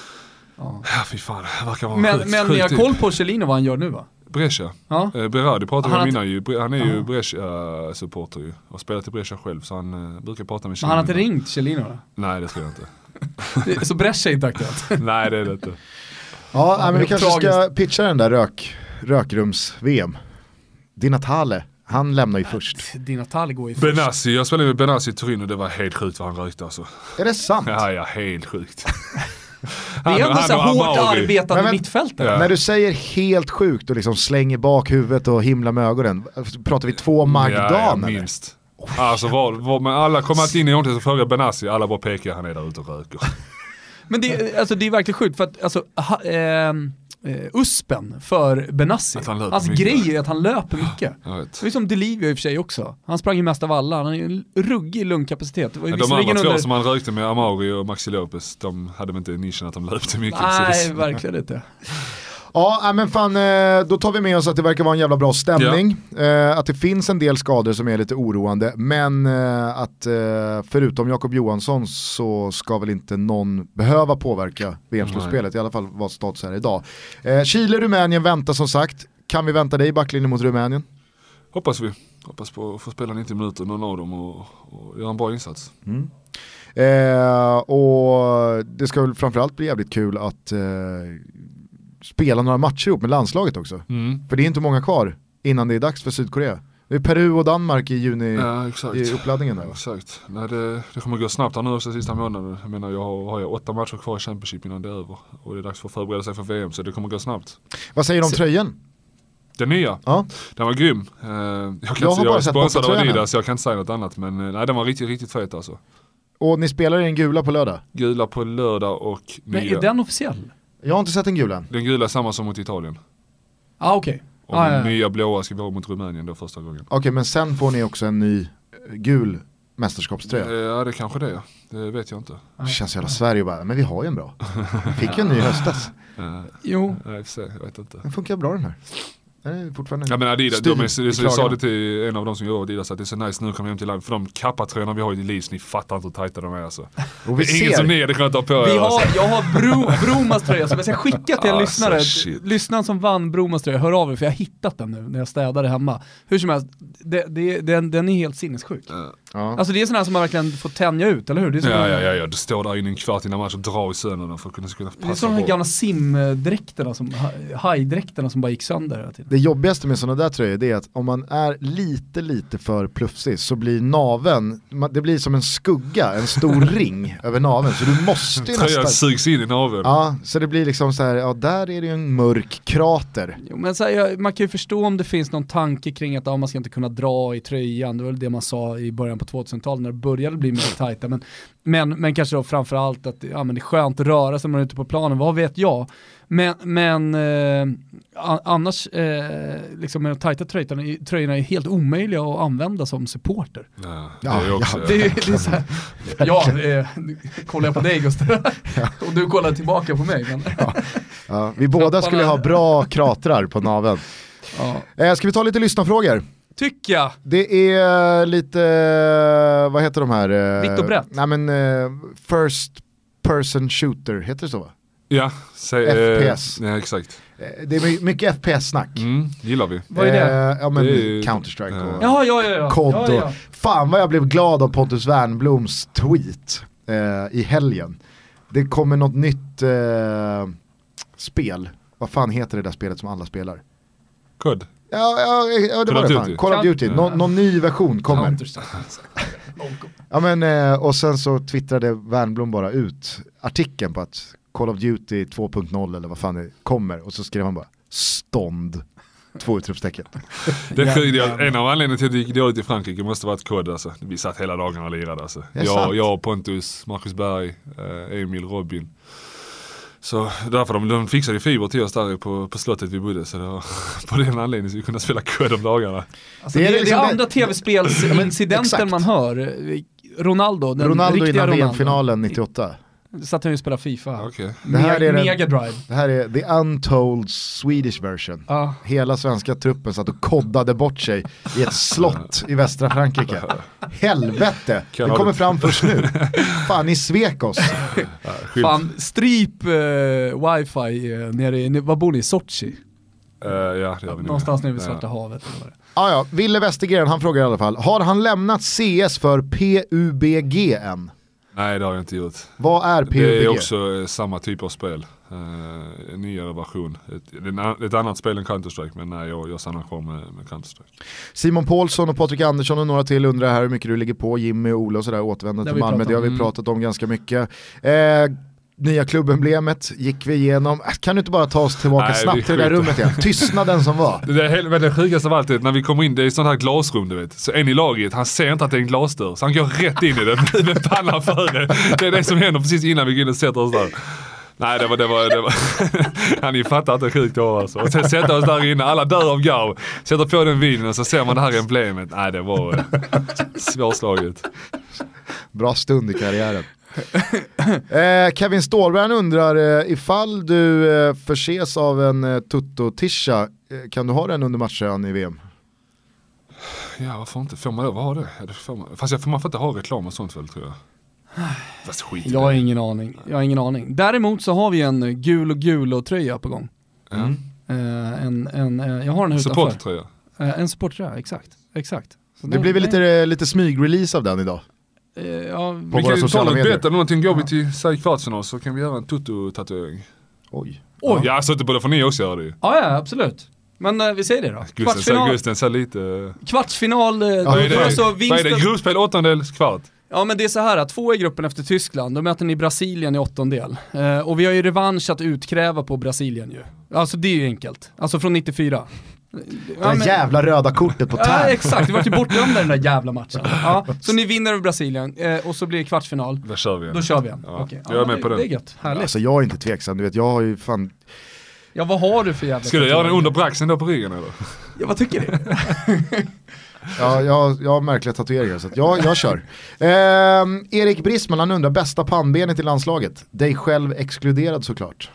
Speaker 3: fy fan. Verkar vara
Speaker 4: men ni har koll på Cellino vad han gör nu va?
Speaker 3: Brescia.
Speaker 4: Ja.
Speaker 3: Berardi pratar vi om innan ju. Han är ju Brescia-supporter ju. Och spelar till Brescia själv, så han brukar prata med Cellino.
Speaker 4: Men han har inte ringt Cellino då?
Speaker 3: Nej, det tror jag inte.
Speaker 4: Så Brescia är inte aktuellt?
Speaker 3: Nej, det är det inte.
Speaker 2: Ja, men vi kanske ska pitcha den där rökrums-VM. Di Natale, han lämnar ju först.
Speaker 4: Di Natale går ju först.
Speaker 3: Benassi, jag spelade med Benassi i Turin och det var helt sjukt vad han rökte alltså.
Speaker 2: Är det sant?
Speaker 3: Ja, helt sjukt.
Speaker 4: Det är ändå så hårt arbetande mittfältare.
Speaker 2: Ja. När du säger helt sjukt och liksom slänger bak huvudet och himlar med ögonen, pratar vi 2 Magdan?
Speaker 3: Ja, minst. Alltså men alla kommer alltid in i omklädningsrummet och frågar Benassi, alla bara pekar, han är där ute och röker.
Speaker 4: Men det är verkligen sjukt för att alltså, uspen för Benassi, hans grej är att han löper mycket. Det är som Delivio i och för sig också. Han sprang ju mest av alla. Han har ju en ruggig lungkapacitet. Det var ju
Speaker 3: de andra 2 som han rökte med, Amauri och Maxi Lopez, de hade väl inte nischen att de löpte mycket.
Speaker 4: Nej,
Speaker 3: precis.
Speaker 4: verkligen inte.
Speaker 2: Ja, men fan, då tar vi med oss att det verkar vara en jävla bra stämning. Att det finns en del skador som är lite oroande. Men att förutom Jakob Johansson så ska väl inte någon behöva påverka VM-slutspelet. I alla fall vad status är idag. Chile-Rumänien väntar som sagt. Kan vi vänta dig i backlinjen mot Rumänien?
Speaker 3: Hoppas vi. Hoppas på att få spela 90 minuter någon av dem och göra en bra insats.
Speaker 2: Och det ska väl framförallt bli jävligt kul att spela några matcher ihop med landslaget också. För det är inte många kvar innan det är dags för Sydkorea. Det är Peru och Danmark i juni i uppladdningen där.
Speaker 3: Exakt. Nej, det kommer gå snabbt här nu också sista månaden. Jag menar, jag har 8 matcher kvar i Championship innan det är över. Och det är dags för att förbereda sig för VM, så det kommer gå snabbt.
Speaker 2: Vad säger du om tröjan?
Speaker 3: Den nya?
Speaker 2: Ja.
Speaker 3: Den var grym. Jag är sponsrad av Adidas, så jag kan inte säga något annat. Men nej, den var riktigt, riktigt fet alltså.
Speaker 2: Och ni spelar i en gula på lördag?
Speaker 3: Gula på lördag och nya.
Speaker 4: Men är den officiell?
Speaker 2: Jag har inte sett en gula.
Speaker 3: Den gula är samma som mot Italien.
Speaker 4: Okej.
Speaker 3: Och nya blåa ska vi ha mot Rumänien då första gången.
Speaker 2: Okej, men sen får ni också en ny gul mästerskapströja.
Speaker 3: Ja, det kanske det är. Det vet jag inte.
Speaker 2: Det känns jävla Sverige bara, men vi har ju en bra. Fick ju en ny höstas.
Speaker 4: Jo.
Speaker 3: Jag vet inte.
Speaker 2: Den funkar bra den här. Fortfarande.
Speaker 3: Ja, men Adidas, jag sa det till en av dem som gör Adidas att det är så nice nu kommer hem till land. För de kappatröjorna vi har i Leeds, ni fattar inte hur tajta de är alltså.
Speaker 2: Och vi ser.
Speaker 3: Ingen som ni hade kunnat ta på er.
Speaker 4: Jag har Bromas tröja som jag ska skicka till en lyssnare. Lyssnaren som vann Bromas tröja, hör av er för jag har hittat den nu när jag städade hemma. Hur som helst, den är helt sinnessjuk. Alltså det är sån här som man verkligen får tänja ut, eller hur? Det är
Speaker 3: ja. Du står där inne en kvart innan match och drar i sönder för att kunna passa på.
Speaker 4: Det är som de gamla simdräkterna, hajdräkterna som bara gick sönder.
Speaker 2: Det jobbigaste med sådana där tröjor är att om man är lite för plufsig så blir naven, det blir som en skugga, en stor ring över naven, så du måste ju
Speaker 3: nästan sugs in i naven.
Speaker 2: Ja, så det blir liksom så här, ja, där är det ju en mörk krater.
Speaker 4: Jo, men så här, man kan ju förstå om det finns någon tanke kring att man ska inte kunna dra i tröjan. Det var det man sa i början på 2000-talet när det började bli mer tajta, men kanske då framförallt att men det är skönt att röra sig när man är ute på planen, vad vet jag. Men annars liksom med de tajta tröjorna är helt omöjliga att använda som supporter.
Speaker 3: Det är också.
Speaker 4: Det är så här, kollar jag på dig Gustav och du kollar tillbaka på mig. Men
Speaker 2: ja, vi båda skulle ha bra kratrar på naveln. Ska vi ta lite lyssnarfrågor?
Speaker 4: Tycker jag.
Speaker 2: Det är lite, vad heter de här?
Speaker 4: Vitt och brett.
Speaker 2: Nej men first person shooter, heter det så va?
Speaker 3: Ja,
Speaker 2: FPS.
Speaker 3: Ja, exakt.
Speaker 2: Det är mycket FPS-snack.
Speaker 3: Gillar vi.
Speaker 4: Vad är det?
Speaker 2: Ja men Counter-Strike och
Speaker 4: ja.
Speaker 2: COD och fan vad jag blev glad av Pontus Wernbloms tweet i helgen. Det kommer något nytt spel. Vad fan heter det där spelet som alla spelar?
Speaker 3: COD.
Speaker 2: Ja, det var det fan. Call of Duty. Någon ny version kommer. Ja men och sen så twittrade Wernblom bara ut artikeln på att Call of Duty 2.0 eller vad fan det kommer, och så skrev han bara stånd 2 utropstecken.
Speaker 3: En av anledningarna till att det gick dåligt i Frankrike måste vara ett COD alltså. Vi satt hela dagen och lirade alltså. Jag, Pontus, Marcus Berg, Emil, Robin. Så därför de fixade fiber till oss där på slottet vi bodde, så det var på den anledningen så vi kunde spela COD om dagarna.
Speaker 4: Alltså det är liksom andra tv-spelsincidenten man hör. Ronaldo
Speaker 2: innan VM-finalen 98.
Speaker 4: Satt han ju och spelade FIFA.
Speaker 3: Okay.
Speaker 2: Det här är
Speaker 4: Mega Drive.
Speaker 2: Det här är the untold Swedish version. Hela svenska truppen satt och koddade bort sig i ett slott i västra Frankrike. Helvete, det kommer fram först nu. Fan, ni svek oss.
Speaker 4: Fan, stryp wifi nere i, vad bor ni i Sochi?
Speaker 3: Ja, det gör vi.
Speaker 4: Någonstans nere vid Svarta havet.
Speaker 2: Ja, Ville Westergren, han frågar i alla fall. Har han lämnat CS för PUBG än?
Speaker 3: Nej, det har jag inte gjort.
Speaker 2: Vad är PUBG?
Speaker 3: Det är också samma typ av spel. En nyare version. Ett annat spel än Counter-Strike, men nej, jag stannar kvar med Counter-Strike.
Speaker 2: Simon Paulsson och Patrik Andersson och några till undrar här hur mycket du ligger på. Jimmy och Ola och sådär återvänder till Malmö. Det har vi pratat om ganska mycket. Nya klubbemblemet gick vi igenom. Kan du inte bara ta oss tillbaka snabbt till det där rummet igen? Tystnaden som var.
Speaker 3: Det sjukaste av allt är när vi kommer in, det är sånt här glasrum, du vet. Så en i laget, han ser inte att det är en glasdörr, så han går rätt in i det med pannan före. Det är det som händer precis innan vi går in och sätter oss där. Nej, det var han fattar inte sjukt då alltså. Och sen sätter oss där inne, alla dör av garv. Sätter på den vinen och så ser man det här emblemet. Nej, det var svårslaget.
Speaker 2: Bra stund i karriären. Kevin Stålberg undrar ifall du förses av en Tutto-tisha, kan du ha den under matchen i VM?
Speaker 3: Ja, varför inte? Får man över ha det? Fast man får inte ha reklam och sånt väl, tror jag.
Speaker 4: Jag har ingen aning. Däremot så har vi en gul och tröja på gång. Jag har den här utanför.
Speaker 3: Supporttröja.
Speaker 4: En supporttröja, exakt. exakt. Så
Speaker 2: det blir väl lite smygrelease av den idag.
Speaker 4: Ja,
Speaker 3: vi kan ju ta något bättre, någonting går vi till säg kvartsfinal så kan vi göra en Toto-tatuering.
Speaker 2: Oj.
Speaker 3: Ja, jag så inte på det får ni också göra det.
Speaker 4: Ja, absolut. Men vi säger det då.
Speaker 3: Gusten så lite...
Speaker 4: Kvartsfinal...
Speaker 3: Vad är det? Gruppspel, 8-dels, kvart?
Speaker 4: Ja, men det är så här att 2 i gruppen efter Tyskland, då möter ni Brasilien i 8-del. Och vi har ju revansch att utkräva på Brasilien ju. Alltså det är ju enkelt. Alltså från 94.
Speaker 2: Det jävla röda kortet på tärn.
Speaker 4: Ja, exakt. Det var ju bortdömda den där jävla matchen. Ja, så ni vinner över Brasilien och så blir det kvartsfinal.
Speaker 3: Då kör vi igen.
Speaker 4: Då kör vi igen.
Speaker 3: Ja.
Speaker 4: Okay.
Speaker 3: Jag är med på det.
Speaker 4: Det är gött. Härligt.
Speaker 2: Alltså jag är inte tveksam. Du vet, jag har ju fan...
Speaker 4: Ja, vad har du för jävla...
Speaker 3: Ska du göra den under braxen då på ryggen eller?
Speaker 4: Ja, vad tycker du?
Speaker 2: Ja, jag har märkliga tatueringar så att jag kör. Erik Brisman, han undrar bästa pannbenet i landslaget. Dig själv exkluderad såklart.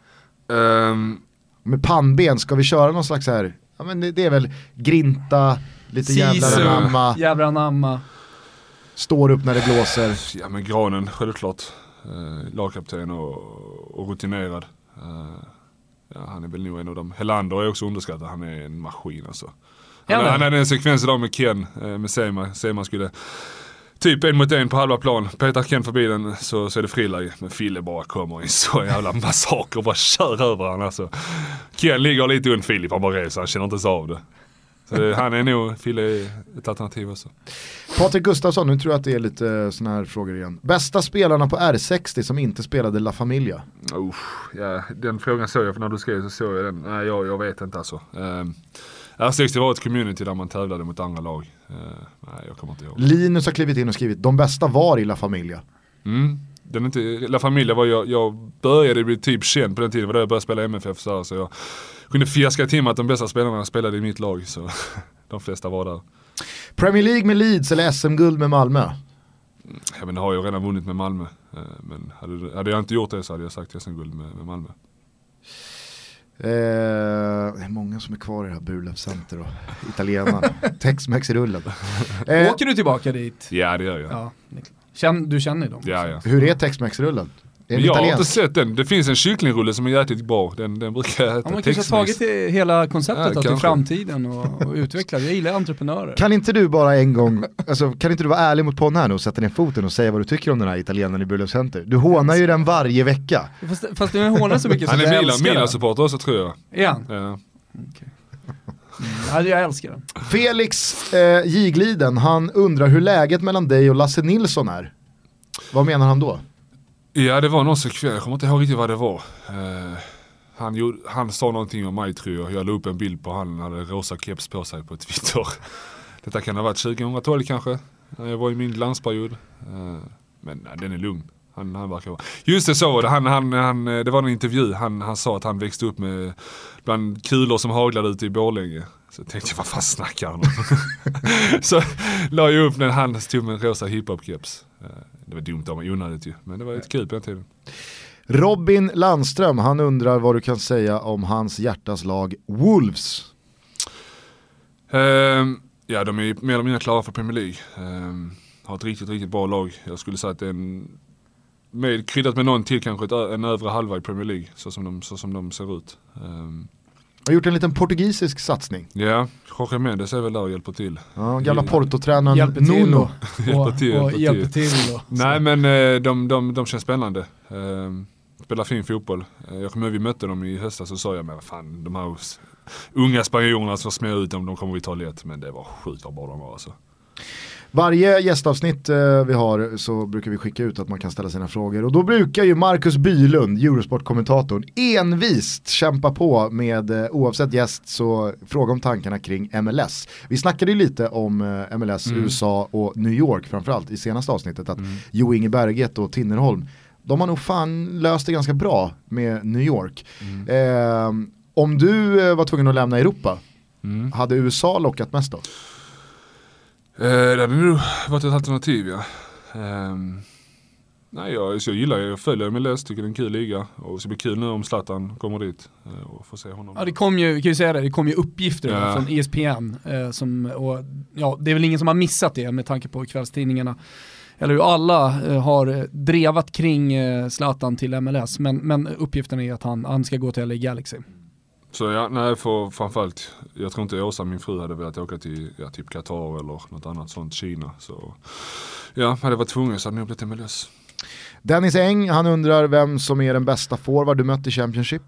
Speaker 2: Med pannben, ska vi köra någon slags här... Ja, men det är väl grinta, lite jävla namma. Står upp när det blåser.
Speaker 3: Ja, men Granen, självklart. Lagkapten och rutinerad. Ja, han är väl nog en av dem. Helander är också underskattad. Han är en maskin alltså. Han hade en sekvens idag med Ken, med Sema skulle typ 1 mot 1 på halva plan. Petar Ken förbi den så är det friläge. Men Fille bara kommer i så jävla massaker och bara kör över han alltså. Ken ligger lite under Filip, han bara reser, han känner inte ens av det. Så han är nog, Fille är ett alternativ också.
Speaker 2: Patrik Gustafsson, nu tror jag att det är lite såna här frågor igen. Bästa spelarna på R60 som inte spelade La Familia?
Speaker 3: Ja, den frågan såg jag, för när du skrev så såg jag den. Nej, jag vet inte alltså. R60 var ett community där man tävlade mot andra lag. Nej, jag kommer inte ihåg.
Speaker 2: Linus har klivit in och skrivit, de bästa var i La Familia.
Speaker 3: Den inte, La Familia var jag började bli typ känd på den tiden, var då jag började spela MFF så jag kunde fjäska till att de bästa spelarna spelade i mitt lag, så de flesta var där.
Speaker 2: Premier League med Leeds eller SM-guld med Malmö?
Speaker 3: Ja, men det har jag redan vunnit med Malmö, men hade jag inte gjort det så hade jag sagt SM-guld med Malmö.
Speaker 2: Det är många som är kvar i det här Burlöf Center och italienarna. Tex-Mex i rullen.
Speaker 4: Åker du tillbaka dit?
Speaker 3: Ja, det gör jag.
Speaker 4: Ja, du känner dem?
Speaker 3: Ja.
Speaker 2: Hur är Tex-Mex i rullen?
Speaker 3: Jag har inte sett den. Det finns en kycklingrulle som är jäkligt bra. Den brukar jag äta.
Speaker 4: Man kanske har tagit hela konceptet till framtiden och utveckla. Jag gillar entreprenörer.
Speaker 2: Kan inte du bara en gång, alltså, kan inte du vara ärlig mot podden här nu och sätta ner foten och säga vad du tycker om den här italienaren i Burlöf Center? Du hånar ju den varje vecka.
Speaker 4: Fast du hånar så mycket så
Speaker 3: han är
Speaker 4: Milan-supporter
Speaker 3: också tror jag.
Speaker 4: Ja. Okay. Ja, jag älskar den.
Speaker 2: Felix Jigliden, han undrar hur läget mellan dig och Lasse Nilsson är. Vad menar han då?
Speaker 3: Ja, det var någon sekvens, jag kommer inte ihåg riktigt vad det var. Han sa någonting om mig tror jag la upp en bild på han hade rosa keps på sig på Twitter. Detta kan ha varit 2012 kanske, jag var i min glansperiod. Men den är lugn, han verkar vara. Just det, så var det, det var en intervju, han sa att han växte upp med bland kulor som haglade ute i Borlänge. Så jag tänkte, vad fan snackar han om? Så la jag upp när han stod med en rosa hiphop-keps. Det var dumt av mig, onödigt ju. Men det var lite kul på den tiden.
Speaker 2: Robin Landström, han undrar vad du kan säga om hans hjärtas lag Wolves.
Speaker 3: Ja, de är mer eller mindre klara för Premier League. Har ett riktigt, riktigt bra lag. Jag skulle säga att det är kryddat med någon till kanske en övre halva i Premier League. Så som de ser ut.
Speaker 2: Har gjort en liten portugisisk satsning.
Speaker 3: Ja, Jorge Mendes är väl där och hjälper till.
Speaker 2: Ja, gamla Porto-tränaren Nuno.
Speaker 4: Hjälper till.
Speaker 3: Nej, men de känns spännande. Spelar fin fotboll. Jag kommer ihåg vi mötte dem i höstas och sa jag, men vad fan, de här unga spanjorerna som små ut dem, de kommer vi ta lätt. Men det var sjukt vad bra de var alltså.
Speaker 2: Varje gästavsnitt vi har så brukar vi skicka ut att man kan ställa sina frågor. Och då brukar ju Marcus Bylund, Eurosport-kommentatorn, envist kämpa på med oavsett gäst så fråga om tankarna kring MLS. Vi snackade ju lite om MLS, USA och New York framförallt i senaste avsnittet. Att Jo Inge Berget och Tinnerholm, de har nog fan löst det ganska bra med New York. Om du var tvungen att lämna Europa, hade USA lockat mest då?
Speaker 3: Det hade nog varit ett alternativ, ja. Nej, jag följer MLS, tycker det är en kul liga. Och så blir det kul nu om Zlatan kommer dit och får se honom.
Speaker 4: Ja, det kom ju uppgifter från ESPN. Det är väl ingen som har missat det med tanke på kvällstidningarna. Eller hur alla har drevat kring Zlatan till MLS. Men uppgiften är att han ska gå till LA Galaxy.
Speaker 3: Så ja, nej, för framförallt, jag tror inte Åsa, min fru, hade velat åka till typ Qatar eller något annat sånt, Kina. Så ja, hade varit tvungen så hade det blivit MLS.
Speaker 2: Dennis Eng, han undrar vem som är den bästa forward du mött i Championship?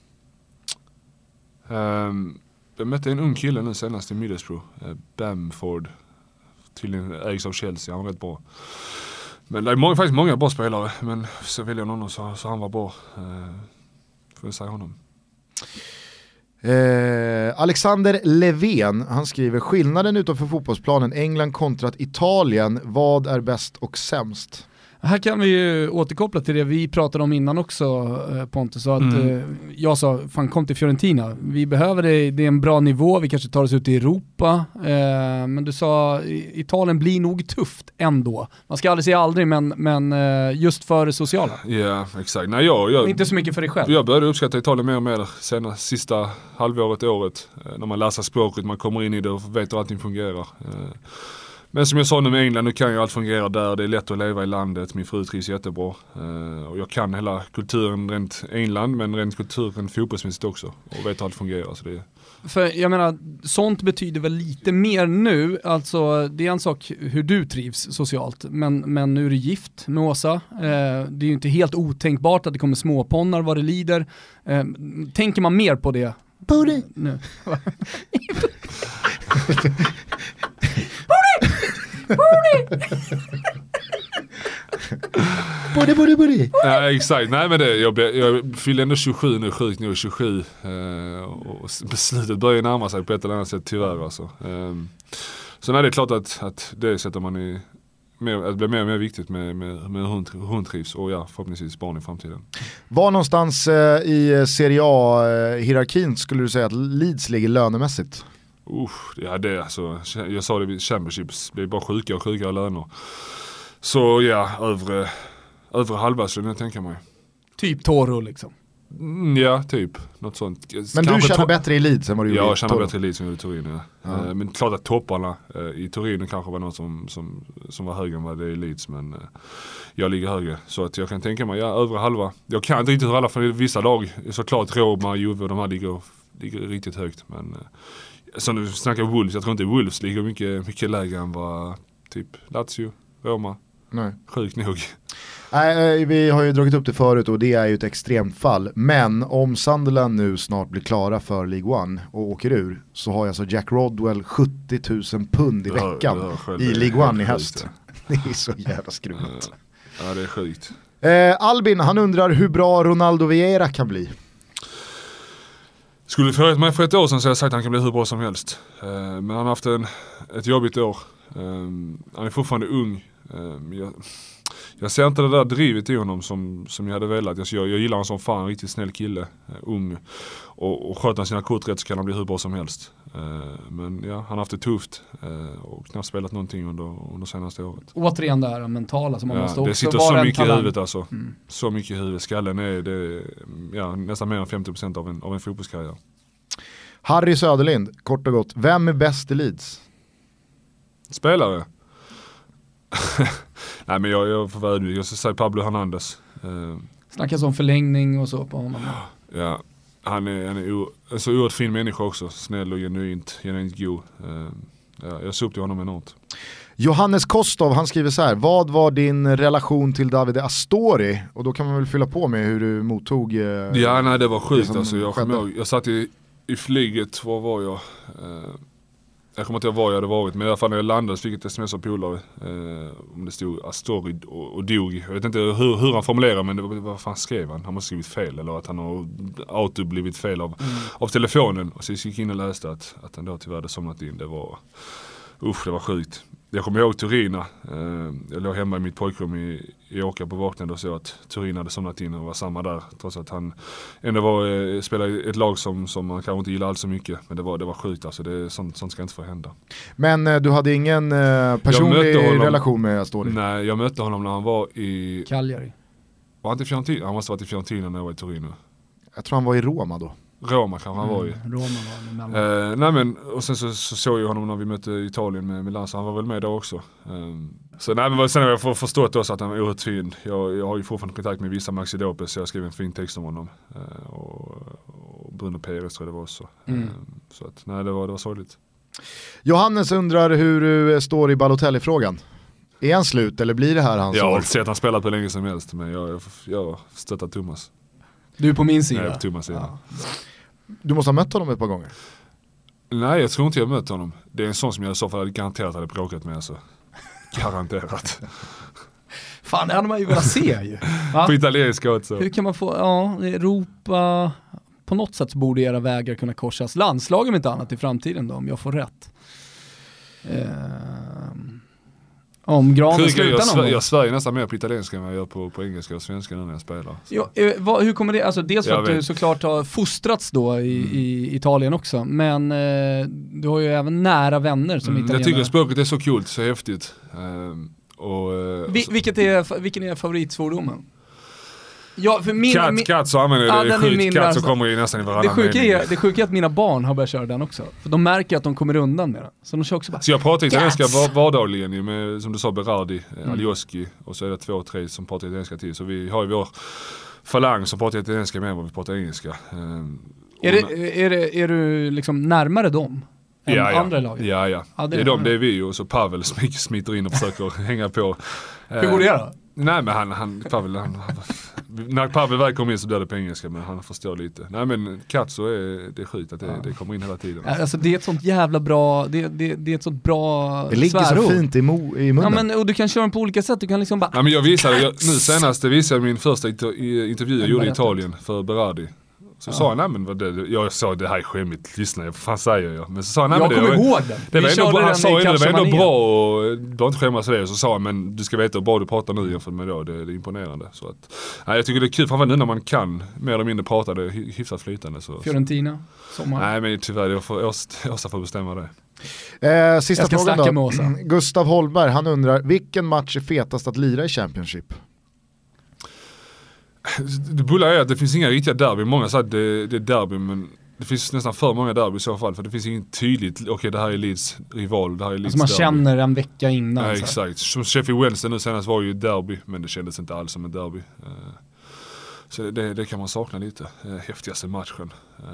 Speaker 3: Jag mötte en ung kille nu senast i Middlesbrough, Bamford, tydligen ägs av Chelsea, han var rätt bra. Men det är faktiskt många bra spelare, men så väljer jag någon så han var bra. Får jag säga honom.
Speaker 2: Alexander Levén, han skriver skillnaden utanför fotbollsplanen England kontra Italien, vad är bäst och sämst?
Speaker 4: Här kan vi ju återkoppla till det vi pratade om innan också, Pontus, så att jag sa, fan kom till Fiorentina, vi behöver det är en bra nivå, vi kanske tar oss ut i Europa, men du sa Italien blir nog tufft ändå. Man ska aldrig säga aldrig, men just för det sociala.
Speaker 3: Ja, exakt. Nej, jag
Speaker 4: inte så mycket för dig själv.
Speaker 3: Jag började uppskatta Italien mer och mer sen sista året, när man läser språket, man kommer in i det och vet hur allting fungerar. Men som jag sa nu med England, nu kan ju allt fungera där, det är lätt att leva i landet, min fru trivs jättebra. Och jag kan hela kulturen rent England, men rent kulturen fotbollsmässigt också. Och vet hur allt fungerar. Så det... För
Speaker 4: jag menar, sånt betyder väl lite mer nu, alltså det är en sak hur du trivs socialt, men nu är du gift med Åsa. Det är ju inte helt otänkbart att det kommer småponnar vad det lider. Tänker man mer på det?
Speaker 2: Booty!
Speaker 4: Nu.
Speaker 2: Booty.
Speaker 3: Ja, exakt. Nej, men det, jag fyller ändå 27 nu, sjukt nu 27. Och beslutet börjar närma sig på ett eller annat sätt tyvärr. Alltså. Så nej, det är klart att det sätter man i... Att bli mer och mer viktigt med hur hon trivs och ja, förhoppningsvis barn i framtiden.
Speaker 2: Var någonstans i Serie A-hierarkin skulle du säga att Leeds ligger lönemässigt?
Speaker 3: Ja, det alltså, jag sa det vid Championships, det är bara sjukare och sjukare löner. Så ja, övre halva skulle jag tänka mig.
Speaker 4: Typ Toro liksom.
Speaker 3: Ja, typ. Något sånt.
Speaker 2: Men du tjänar bättre i Leeds än vad du gjorde i Torino?
Speaker 3: Jag tjänar bättre i Leeds än i Torino, ja. Men klart att topparna i Torino kanske var något som var högre än vad det är i Leeds, men jag ligger högre. Så att jag kan tänka mig, ja, övre halva. Jag kan inte riktigt hur alla, för vissa lag, såklart Roma, Juve, de här ligger riktigt högt. Men så nu snackar Wolves, jag tror inte Wolves ligger mycket lägre än vad typ Lazio, Roma.
Speaker 2: Nej.
Speaker 3: Sjukt nog.
Speaker 2: Nej, vi har ju dragit upp det förut och det är ju ett extremt fall. Men om Sunderland nu snart blir klara för League One och åker ur, så har jag så Jack Rodwell 70 000 pund i veckan i League One i höst. Det är så jävla skruvat.
Speaker 3: Ja, det är sjukt.
Speaker 2: Albin, han undrar hur bra Ronaldo Vieira kan bli.
Speaker 3: Skulle du frågat mig för ett år sedan så har jag sagt att han kan bli hur bra som helst. Men han har haft ett jobbigt år. Han är fortfarande ung. Jag ser inte det där drivet i honom som jag hade velat. Jag gillar honom som fan, en riktigt snäll kille, ung. Och sköter han sina kort rätt så kan han bli hur bra som helst. Men ja, han har haft det tufft och knappt spelat någonting under senaste året.
Speaker 4: Återigen det här mentala som man måste också.
Speaker 3: Det sitter så mycket i huvudet alltså. Så mycket i huvudet. Skallen är nästan mer än 50% av en fotbollskarriär.
Speaker 2: Harry Söderlind, kort och gott. Vem är bäst i Leeds?
Speaker 3: Spelare? Nej, men jag får vara ödmjuk. Jag ska säga Pablo Hernandez.
Speaker 4: Snackas om förlängning och så på honom.
Speaker 3: Ja, han är en så oerhört fin människa också. Snäll och genuint god. Jag såg upp till honom enormt.
Speaker 2: Johannes Kostov, han skriver så här: vad var din relation till Davide Astori? Och då kan man väl fylla på med hur du mottog
Speaker 3: ja, nej, det var sjukt alltså. Jag satt i flyget, var jag? Jag kommer inte ihåg var jag hade varit, men i alla fall när jag landade så fick jag ett sms av polare om det stod Astori och dog. Jag vet inte hur han formulerar, men det var vad fan skrev han? Han måste skrivit fel, eller att han har auto blivit fel av telefonen. Och så gick in och läste att han då tyvärr hade somnat in. Det var sjukt. Jag kommer ihåg Turina. Jag låg hemma i mitt pojkrum i Åka på vaknande och så att Turina hade somnat in och var samma där. Trots att han ändå spelade i ett lag som man kanske inte gillar alls så mycket. Men det var sjukt alltså. Sånt ska inte få hända. Men
Speaker 2: du hade ingen personlig relation med Astori?
Speaker 3: Nej, jag mötte honom när han var i
Speaker 4: Cagliari.
Speaker 3: Var han inte i Fiorentina? Han måste ha varit i Fiorentina när jag var i Torino.
Speaker 2: Jag tror han var i Roma då.
Speaker 3: Roma kanske han var i.
Speaker 4: Roma var
Speaker 3: nej men, och sen så såg jag honom när vi mötte Italien med Milan, så han var väl med där också. Så nej, men sen har jag förstått också att han var oerhört fin. Jag har ju fortfarande kontakt med vissa Maxi Lopez, så jag skrev en fin text om honom. Och Bruno Perez tror jag det var också. Så att, nej, det var sorgligt.
Speaker 2: Johannes undrar hur du står i Balotelli-frågan. Är han slut eller blir det här hans
Speaker 3: Jag har
Speaker 2: år?
Speaker 3: inte sett att han spelat på länge som helst, men jag stöttar Thomas.
Speaker 4: Du är på min sida.
Speaker 3: Jag är på Thomas sida.
Speaker 4: Ja.
Speaker 2: Du måste ha mött honom ett par gånger.
Speaker 3: Nej, jag tror inte jag mött honom. Det är en sån som jag i så fall garanterat hade bråkat med. Alltså. Garanterat.
Speaker 4: Fan, det hade man ju velat se ju. Va?
Speaker 3: På italienska också.
Speaker 4: Hur kan man få, Europa, på något sätt borde era vägar kunna korsas. Landslag om inte annat i framtiden då, om jag får rätt. Om Granen slutar någon
Speaker 3: jag Sverige nästan mer på italienska än vad jag gör på engelska och svenska när jag spelar.
Speaker 4: Ja, hur kommer det, alltså dels för att du såklart har fostrats då i Italien också, men du har ju även nära vänner som italienare.
Speaker 3: Jag tycker språket är så kul, så häftigt.
Speaker 4: Vilken är favoritsvordomen? Ja, för
Speaker 3: katt så använder jag det sjukt. Katt så kommer ju nästan i varannan mening.
Speaker 4: Det sjuka är att mina barn har börjat köra den också. För de märker att de kommer undan med den. Så de kör också bara,
Speaker 3: så jag pratar italienska vardagligen med, som du sa, Berardi, Alioski, och så är det 2-3 som pratar italienska till. Så vi har ju vår falang som pratar italienska mer än vad vi pratar engelska.
Speaker 4: Är du liksom närmare dem än andra laget?
Speaker 3: Ja, det är de, det är vi, och så Pavel smiter in och försöker hänga på.
Speaker 4: Hur går det då?
Speaker 3: Nej, men Pavel när Pavel väl kommer in så blir det på engelska, men han förstår lite. Nej, men katt så är det sjukt att det kommer in hela tiden.
Speaker 4: Alltså det är ett sånt jävla bra, det är ett sånt bra
Speaker 2: det ligger
Speaker 4: svärord.
Speaker 2: Så fint i munnen.
Speaker 4: Ja, men, och du kan köra den på olika sätt, du kan liksom bara...
Speaker 3: Ja, men nu senast visade min första intervju jag gjorde i Italien för Berardi. Så sa han, nej men jag sa det här är skämmigt, lyssna, vad fan säger jag? Men så sa han, nej men
Speaker 4: jag kommer ihåg den.
Speaker 3: Det var ändå, han sa det var ändå bra, och du har inte skämmas för det. Och så sa han, men du ska veta hur bra du pratar nu jämfört med då, det är imponerande. Så att, nej, jag tycker det är kul, framför nu när man kan mer eller mindre prata det hyfsat flytande. Så.
Speaker 4: Sommar.
Speaker 3: Nej, men tyvärr, jag får bestämma det.
Speaker 2: Sista frågan då. Gustav Holmberg, han undrar, vilken match är fetast att lira i Championship?
Speaker 3: Det bullar är att det finns inga riktiga derby. Många säger att det är derby, men det finns nästan för många derby i så fall. För det finns inget tydligt, okej, det här är Leeds rival, det här är Leeds
Speaker 4: alltså man
Speaker 3: derby.
Speaker 4: känner en vecka innan.
Speaker 3: Ja, exakt. Som Sheffield Wednesday nu senast var ju derby, men det kändes inte alls som en derby. Så det kan man sakna lite. Häftigaste matchen.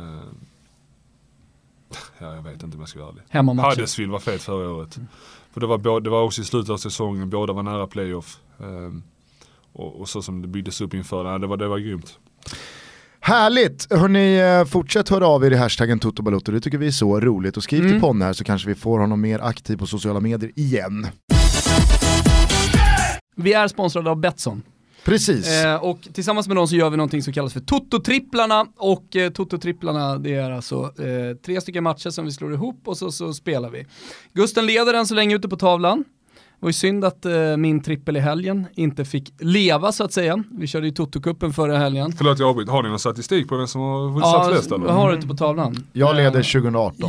Speaker 3: Jag vet inte om jag ska vara ärlig.
Speaker 4: Hemmamatchen.
Speaker 3: Huddersfield var fet förra året. För det var också i slutet av säsongen, båda var nära playoff. Och så som det byggdes upp inför, det var grymt.
Speaker 2: Härligt! Hörrni, fortsätt höra av er i hashtaggen Toto-Balotto, det tycker vi är så roligt. Och skriv till Ponne här så kanske vi får honom mer aktiv på sociala medier igen.
Speaker 4: Vi är sponsrade av Betsson.
Speaker 2: Precis.
Speaker 4: Och tillsammans med dem så gör vi någonting som kallas för Toto-tripplarna. Och Toto-tripplarna, det är alltså 3 stycken matcher som vi slår ihop och så spelar vi. Gusten leder än så länge ute på tavlan. Det var ju synd att min trippel i helgen inte fick leva så att säga. Vi körde ju Toto-cupen förra helgen.
Speaker 3: Förlåt, jag avbryter. Har ni någon statistik på vem som har satt flest?
Speaker 4: Ja, jag har det ute på tavlan.
Speaker 2: Jag leder 2018.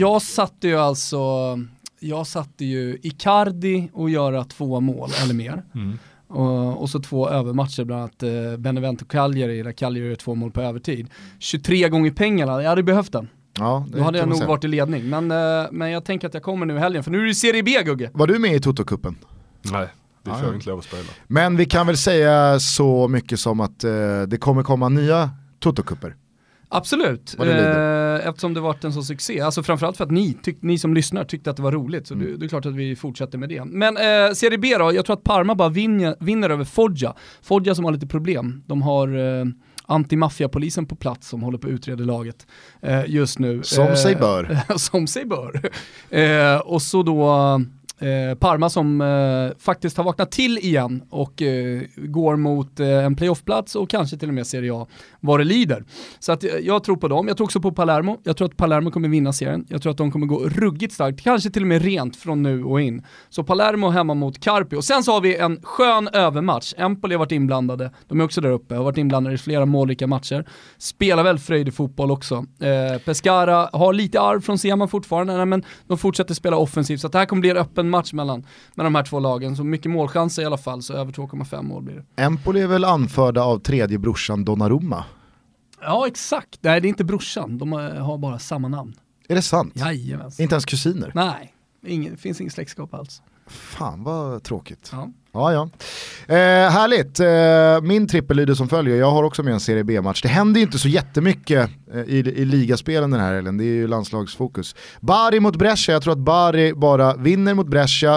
Speaker 4: Jag satte ju Icardi och göra 2 mål eller mer. Och så 2 övermatcher, bland annat Benevento Cagliari, där Cagliari gör 2 mål på övertid. 23 gånger pengarna, jag hade behövt den.
Speaker 2: Ja,
Speaker 4: då hade jag nog varit i ledning. Men jag tänker att jag kommer nu i helgen, för nu är det Serie B, Gugge.
Speaker 2: Var du med i Toto-cupen?
Speaker 3: Nej, det får jag inte lov att spela.
Speaker 2: Men vi kan väl säga så mycket som att det kommer komma nya Toto-cuper.
Speaker 4: Absolut, eftersom det varit en sån succé. Alltså framförallt för att ni som lyssnar tyckte att det var roligt. Så det är klart att vi fortsätter med det. Men Serie B då, jag tror att Parma bara vinner över Foggia. Foggia som har lite problem. De har antimaffiapolisen på plats som håller på att utreda laget just nu.
Speaker 2: Som sig bör.
Speaker 4: Som sig bör. Och så då... Parma som faktiskt har vaknat till igen och går mot en playoffplats och kanske till och med Serie A vad det lider. Så att jag tror på dem. Jag tror också på Palermo. Jag tror att Palermo kommer vinna serien. Jag tror att de kommer gå ruggigt starkt. Kanske till och med rent från nu och in. Så Palermo hemma mot Carpi. Och sen så har vi en skön övermatch. Empoli har varit inblandade. De är också där uppe. Har varit inblandade i flera målrika matcher. Spelar väl fröjdig fotboll också. Pescara har lite arv från Sema fortfarande. Men de fortsätter spela offensivt. Så att det här kommer bli en öppen match mellan de här 2 lagen. Så mycket målchanser i alla fall. Så över 2,5 mål blir det.
Speaker 2: Empoli är väl anförda av tredje brorsan Donnarumma?
Speaker 4: Ja, exakt. Nej, det är inte brorsan. De har bara samma namn.
Speaker 2: Är det sant?
Speaker 4: Jajamän.
Speaker 2: Inte ens kusiner?
Speaker 4: Nej, det finns inget släktskap alls.
Speaker 2: Fan vad tråkigt.
Speaker 4: Ja.
Speaker 2: Ja. Härligt. Min trippel lyder som följer. Jag har också med en Serie B-match. Det händer ju inte så jättemycket i ligaspelen den här helgen. Det är ju landslagsfokus. Bari mot Brescia. Jag tror att Bari bara vinner mot Brescia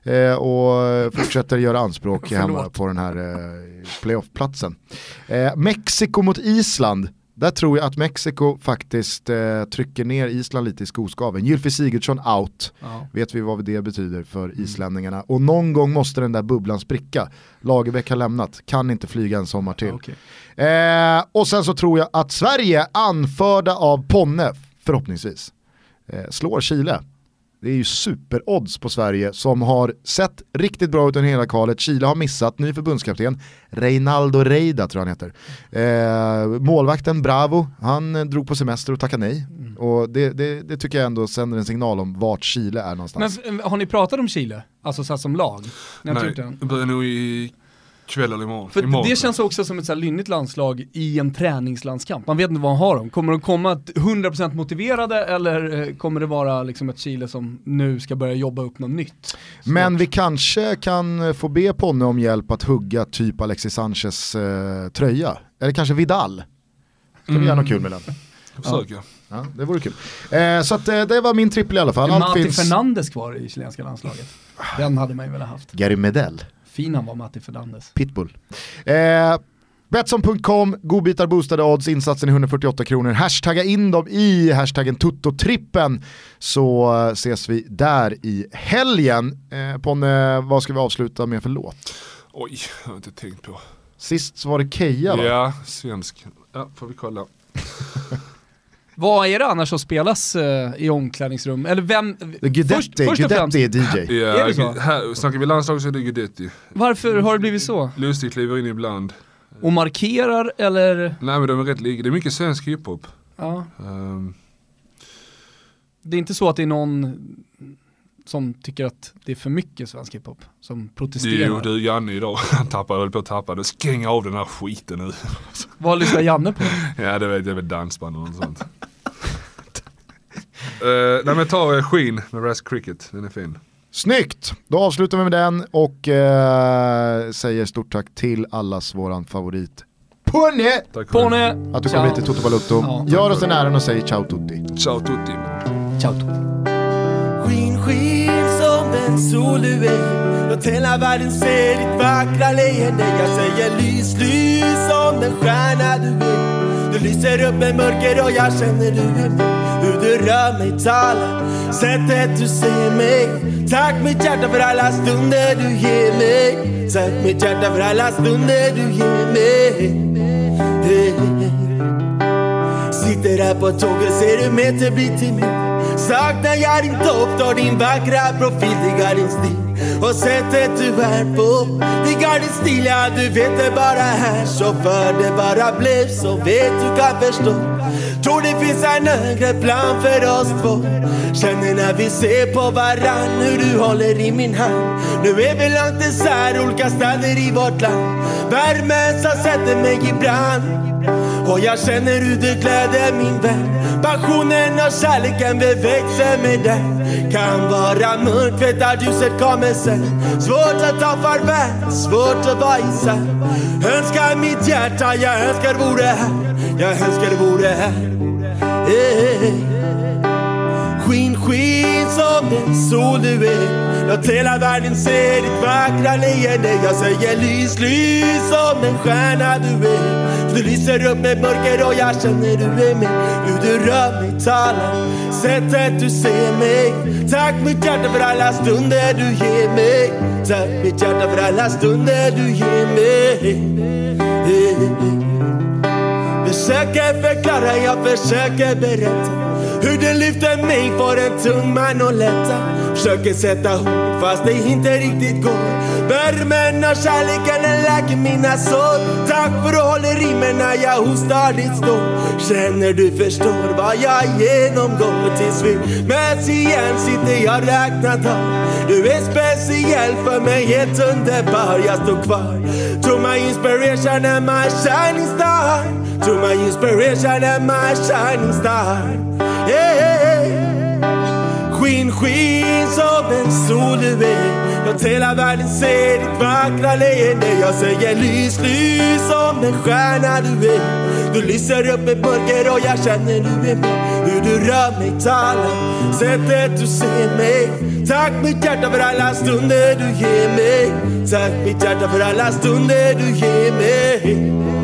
Speaker 2: och fortsätter göra anspråk hemma på den här playoffplatsen. Mexiko mot Island. Där tror jag att Mexiko faktiskt trycker ner Island lite i skoskaven. Gylfi Sigurdsson out. Ja. Vet vi vad det betyder för islänningarna. Och någon gång måste den där bubblan spricka. Lagerbäck har lämnat. Kan inte flyga en sommar till. Okay. Och sen så tror jag att Sverige, anförda av Ponne, förhoppningsvis, slår Chile. Det är ju superodds på Sverige som har sett riktigt bra ut under hela kvalet. Chile har missat, ny förbundskapten Reinaldo Reida tror jag han heter. Målvakten Bravo, han drog på semester och tackade nej. Och det tycker jag ändå sänder en signal om vart Chile är någonstans.
Speaker 4: Men har ni pratat om Chile? Alltså så som lag?
Speaker 3: Nej, det börjar nog i kväll eller imorgon.
Speaker 4: För det känns också som ett så här lynnigt landslag i en träningslandskamp. Man vet inte vad de har. Kommer de komma 100% motiverade eller kommer det vara liksom ett Chile som nu ska börja jobba upp något nytt?
Speaker 2: Men vi kanske kan få be Ponne om hjälp att hugga typ Alexis Sanchez tröja. Eller kanske Vidal. Ska vi göra något kul med den? Ja, det vore kul. Så att, det var min trippel i alla fall.
Speaker 4: Matti Fernandes kvar i chilenska landslaget. Den hade man ju väl haft.
Speaker 2: Gary Medel.
Speaker 4: Fin han var, Matti Fernandes.
Speaker 2: Pitbull. Betsson.com, godbitar, boostade odds, insatsen är 148 kronor. Hashtagga in dem i hashtaggen Tuttotrippen så ses vi där i helgen. Ponne, vad ska vi avsluta med för låt?
Speaker 3: Oj, jag har inte tänkt på.
Speaker 2: Sist så var det Keja va?
Speaker 3: Ja, svensk. Ja, får vi kolla.
Speaker 4: Vad är det annars som spelas i omklädningsrum? Eller vem?
Speaker 2: Guidetti är DJ.
Speaker 3: Ja,
Speaker 4: är det så?
Speaker 3: Här snackar vi landslag så är det Guidetti.
Speaker 4: Varför har det blivit så?
Speaker 3: Lustigt kliver in ibland.
Speaker 4: Och markerar eller?
Speaker 3: Nej men de är rätt lika. Det är mycket svensk hiphop.
Speaker 4: Ja. Det är inte så att det är någon som tycker att det är för mycket svensk hiphop som protesterar.
Speaker 3: Jo, du Janne idag, han höll på att tappa det. Skänga av den här skiten nu.
Speaker 4: Vad lyssnar Janne på?
Speaker 3: Ja, det vet jag, väl dansband och något sånt. Nej men ta Skinn med Ras Cricket, den är fin.
Speaker 2: Snyggt! Då avslutar vi med den och säger stort tack till allas våran favorit Ponne! Att du kom hit till Toto Balutto. Ja, gör oss den äran och säg ciao tutti.
Speaker 3: Ciao tutti.
Speaker 4: Ciao tutti.
Speaker 1: Skin som en sol du är. Låt hela världen se ditt vackra leende. Jag säger lys som den stjärna du är. Du lyser upp med mörker och jag känner du är med. Hur du rör mig, talar, sättet du ser mig. Tack mitt hjärta för alla stunder du ger mig. Tack mitt hjärta för alla stunder du ger mig. Sitter här på tåget, ser du meter bli till mig. Saknar jag din doft och din vackra profil. Diggar din stil och sättet du är på. Diggar din stil, ja du vet det bara här. Så för det bara blev så vet du kan förstå. Tror det finns en högre plan för oss två. Känner när vi ser på varann hur du håller i min hand. Nu är vi långt isär, olika städer i vårt land. Värmen som sätter mig i brand. Och jag känner hur du gläder min vän. Passionen och kärleken växer med den. Kan vara mörkt, vet att ljuset kommer sen. Svårt att ta farväl, svårt att vara isär. Önskar mitt hjärta, jag önskar det vore här. Jag önskar det vore här. Skinn som den sol du är. Låt hela världen se ditt vackra leende. Jag säger lys som den stjärna du är. För du lyser upp med mörker och jag känner du är med. Hur du rör mig, talar, sättet du ser mig. Tack mitt hjärta för alla stunder du ger mig. Tack mitt hjärta för alla stunder du ger mig. Försöker förklara, jag försöker berätta. Hur det lyfter mig för en tung man och lätta. Försöker sätta ord fast det inte riktigt går. Värmen och kärleken läker mina sår. Tack för att du håller i mig när jag hostar ditt stå. Känner du förstår vad jag genomgår. Tills vi möts igen sitter jag räknat av. Du är speciell för mig, helt underbar. Jag står kvar. To my inspiration and my shining star. To my inspiration and my shining star. Skinn som en sol du är. Låt hela världen se ditt vackra leende. Jag säger lys, lys som den stjärna du är. Du lyser upp i mörker och jag känner du är med. Hur du rör mig, talar, sättet du ser mig. Tack mitt hjärta för alla stunder du ger mig. Tack mitt hjärta för alla stunder du ger mig.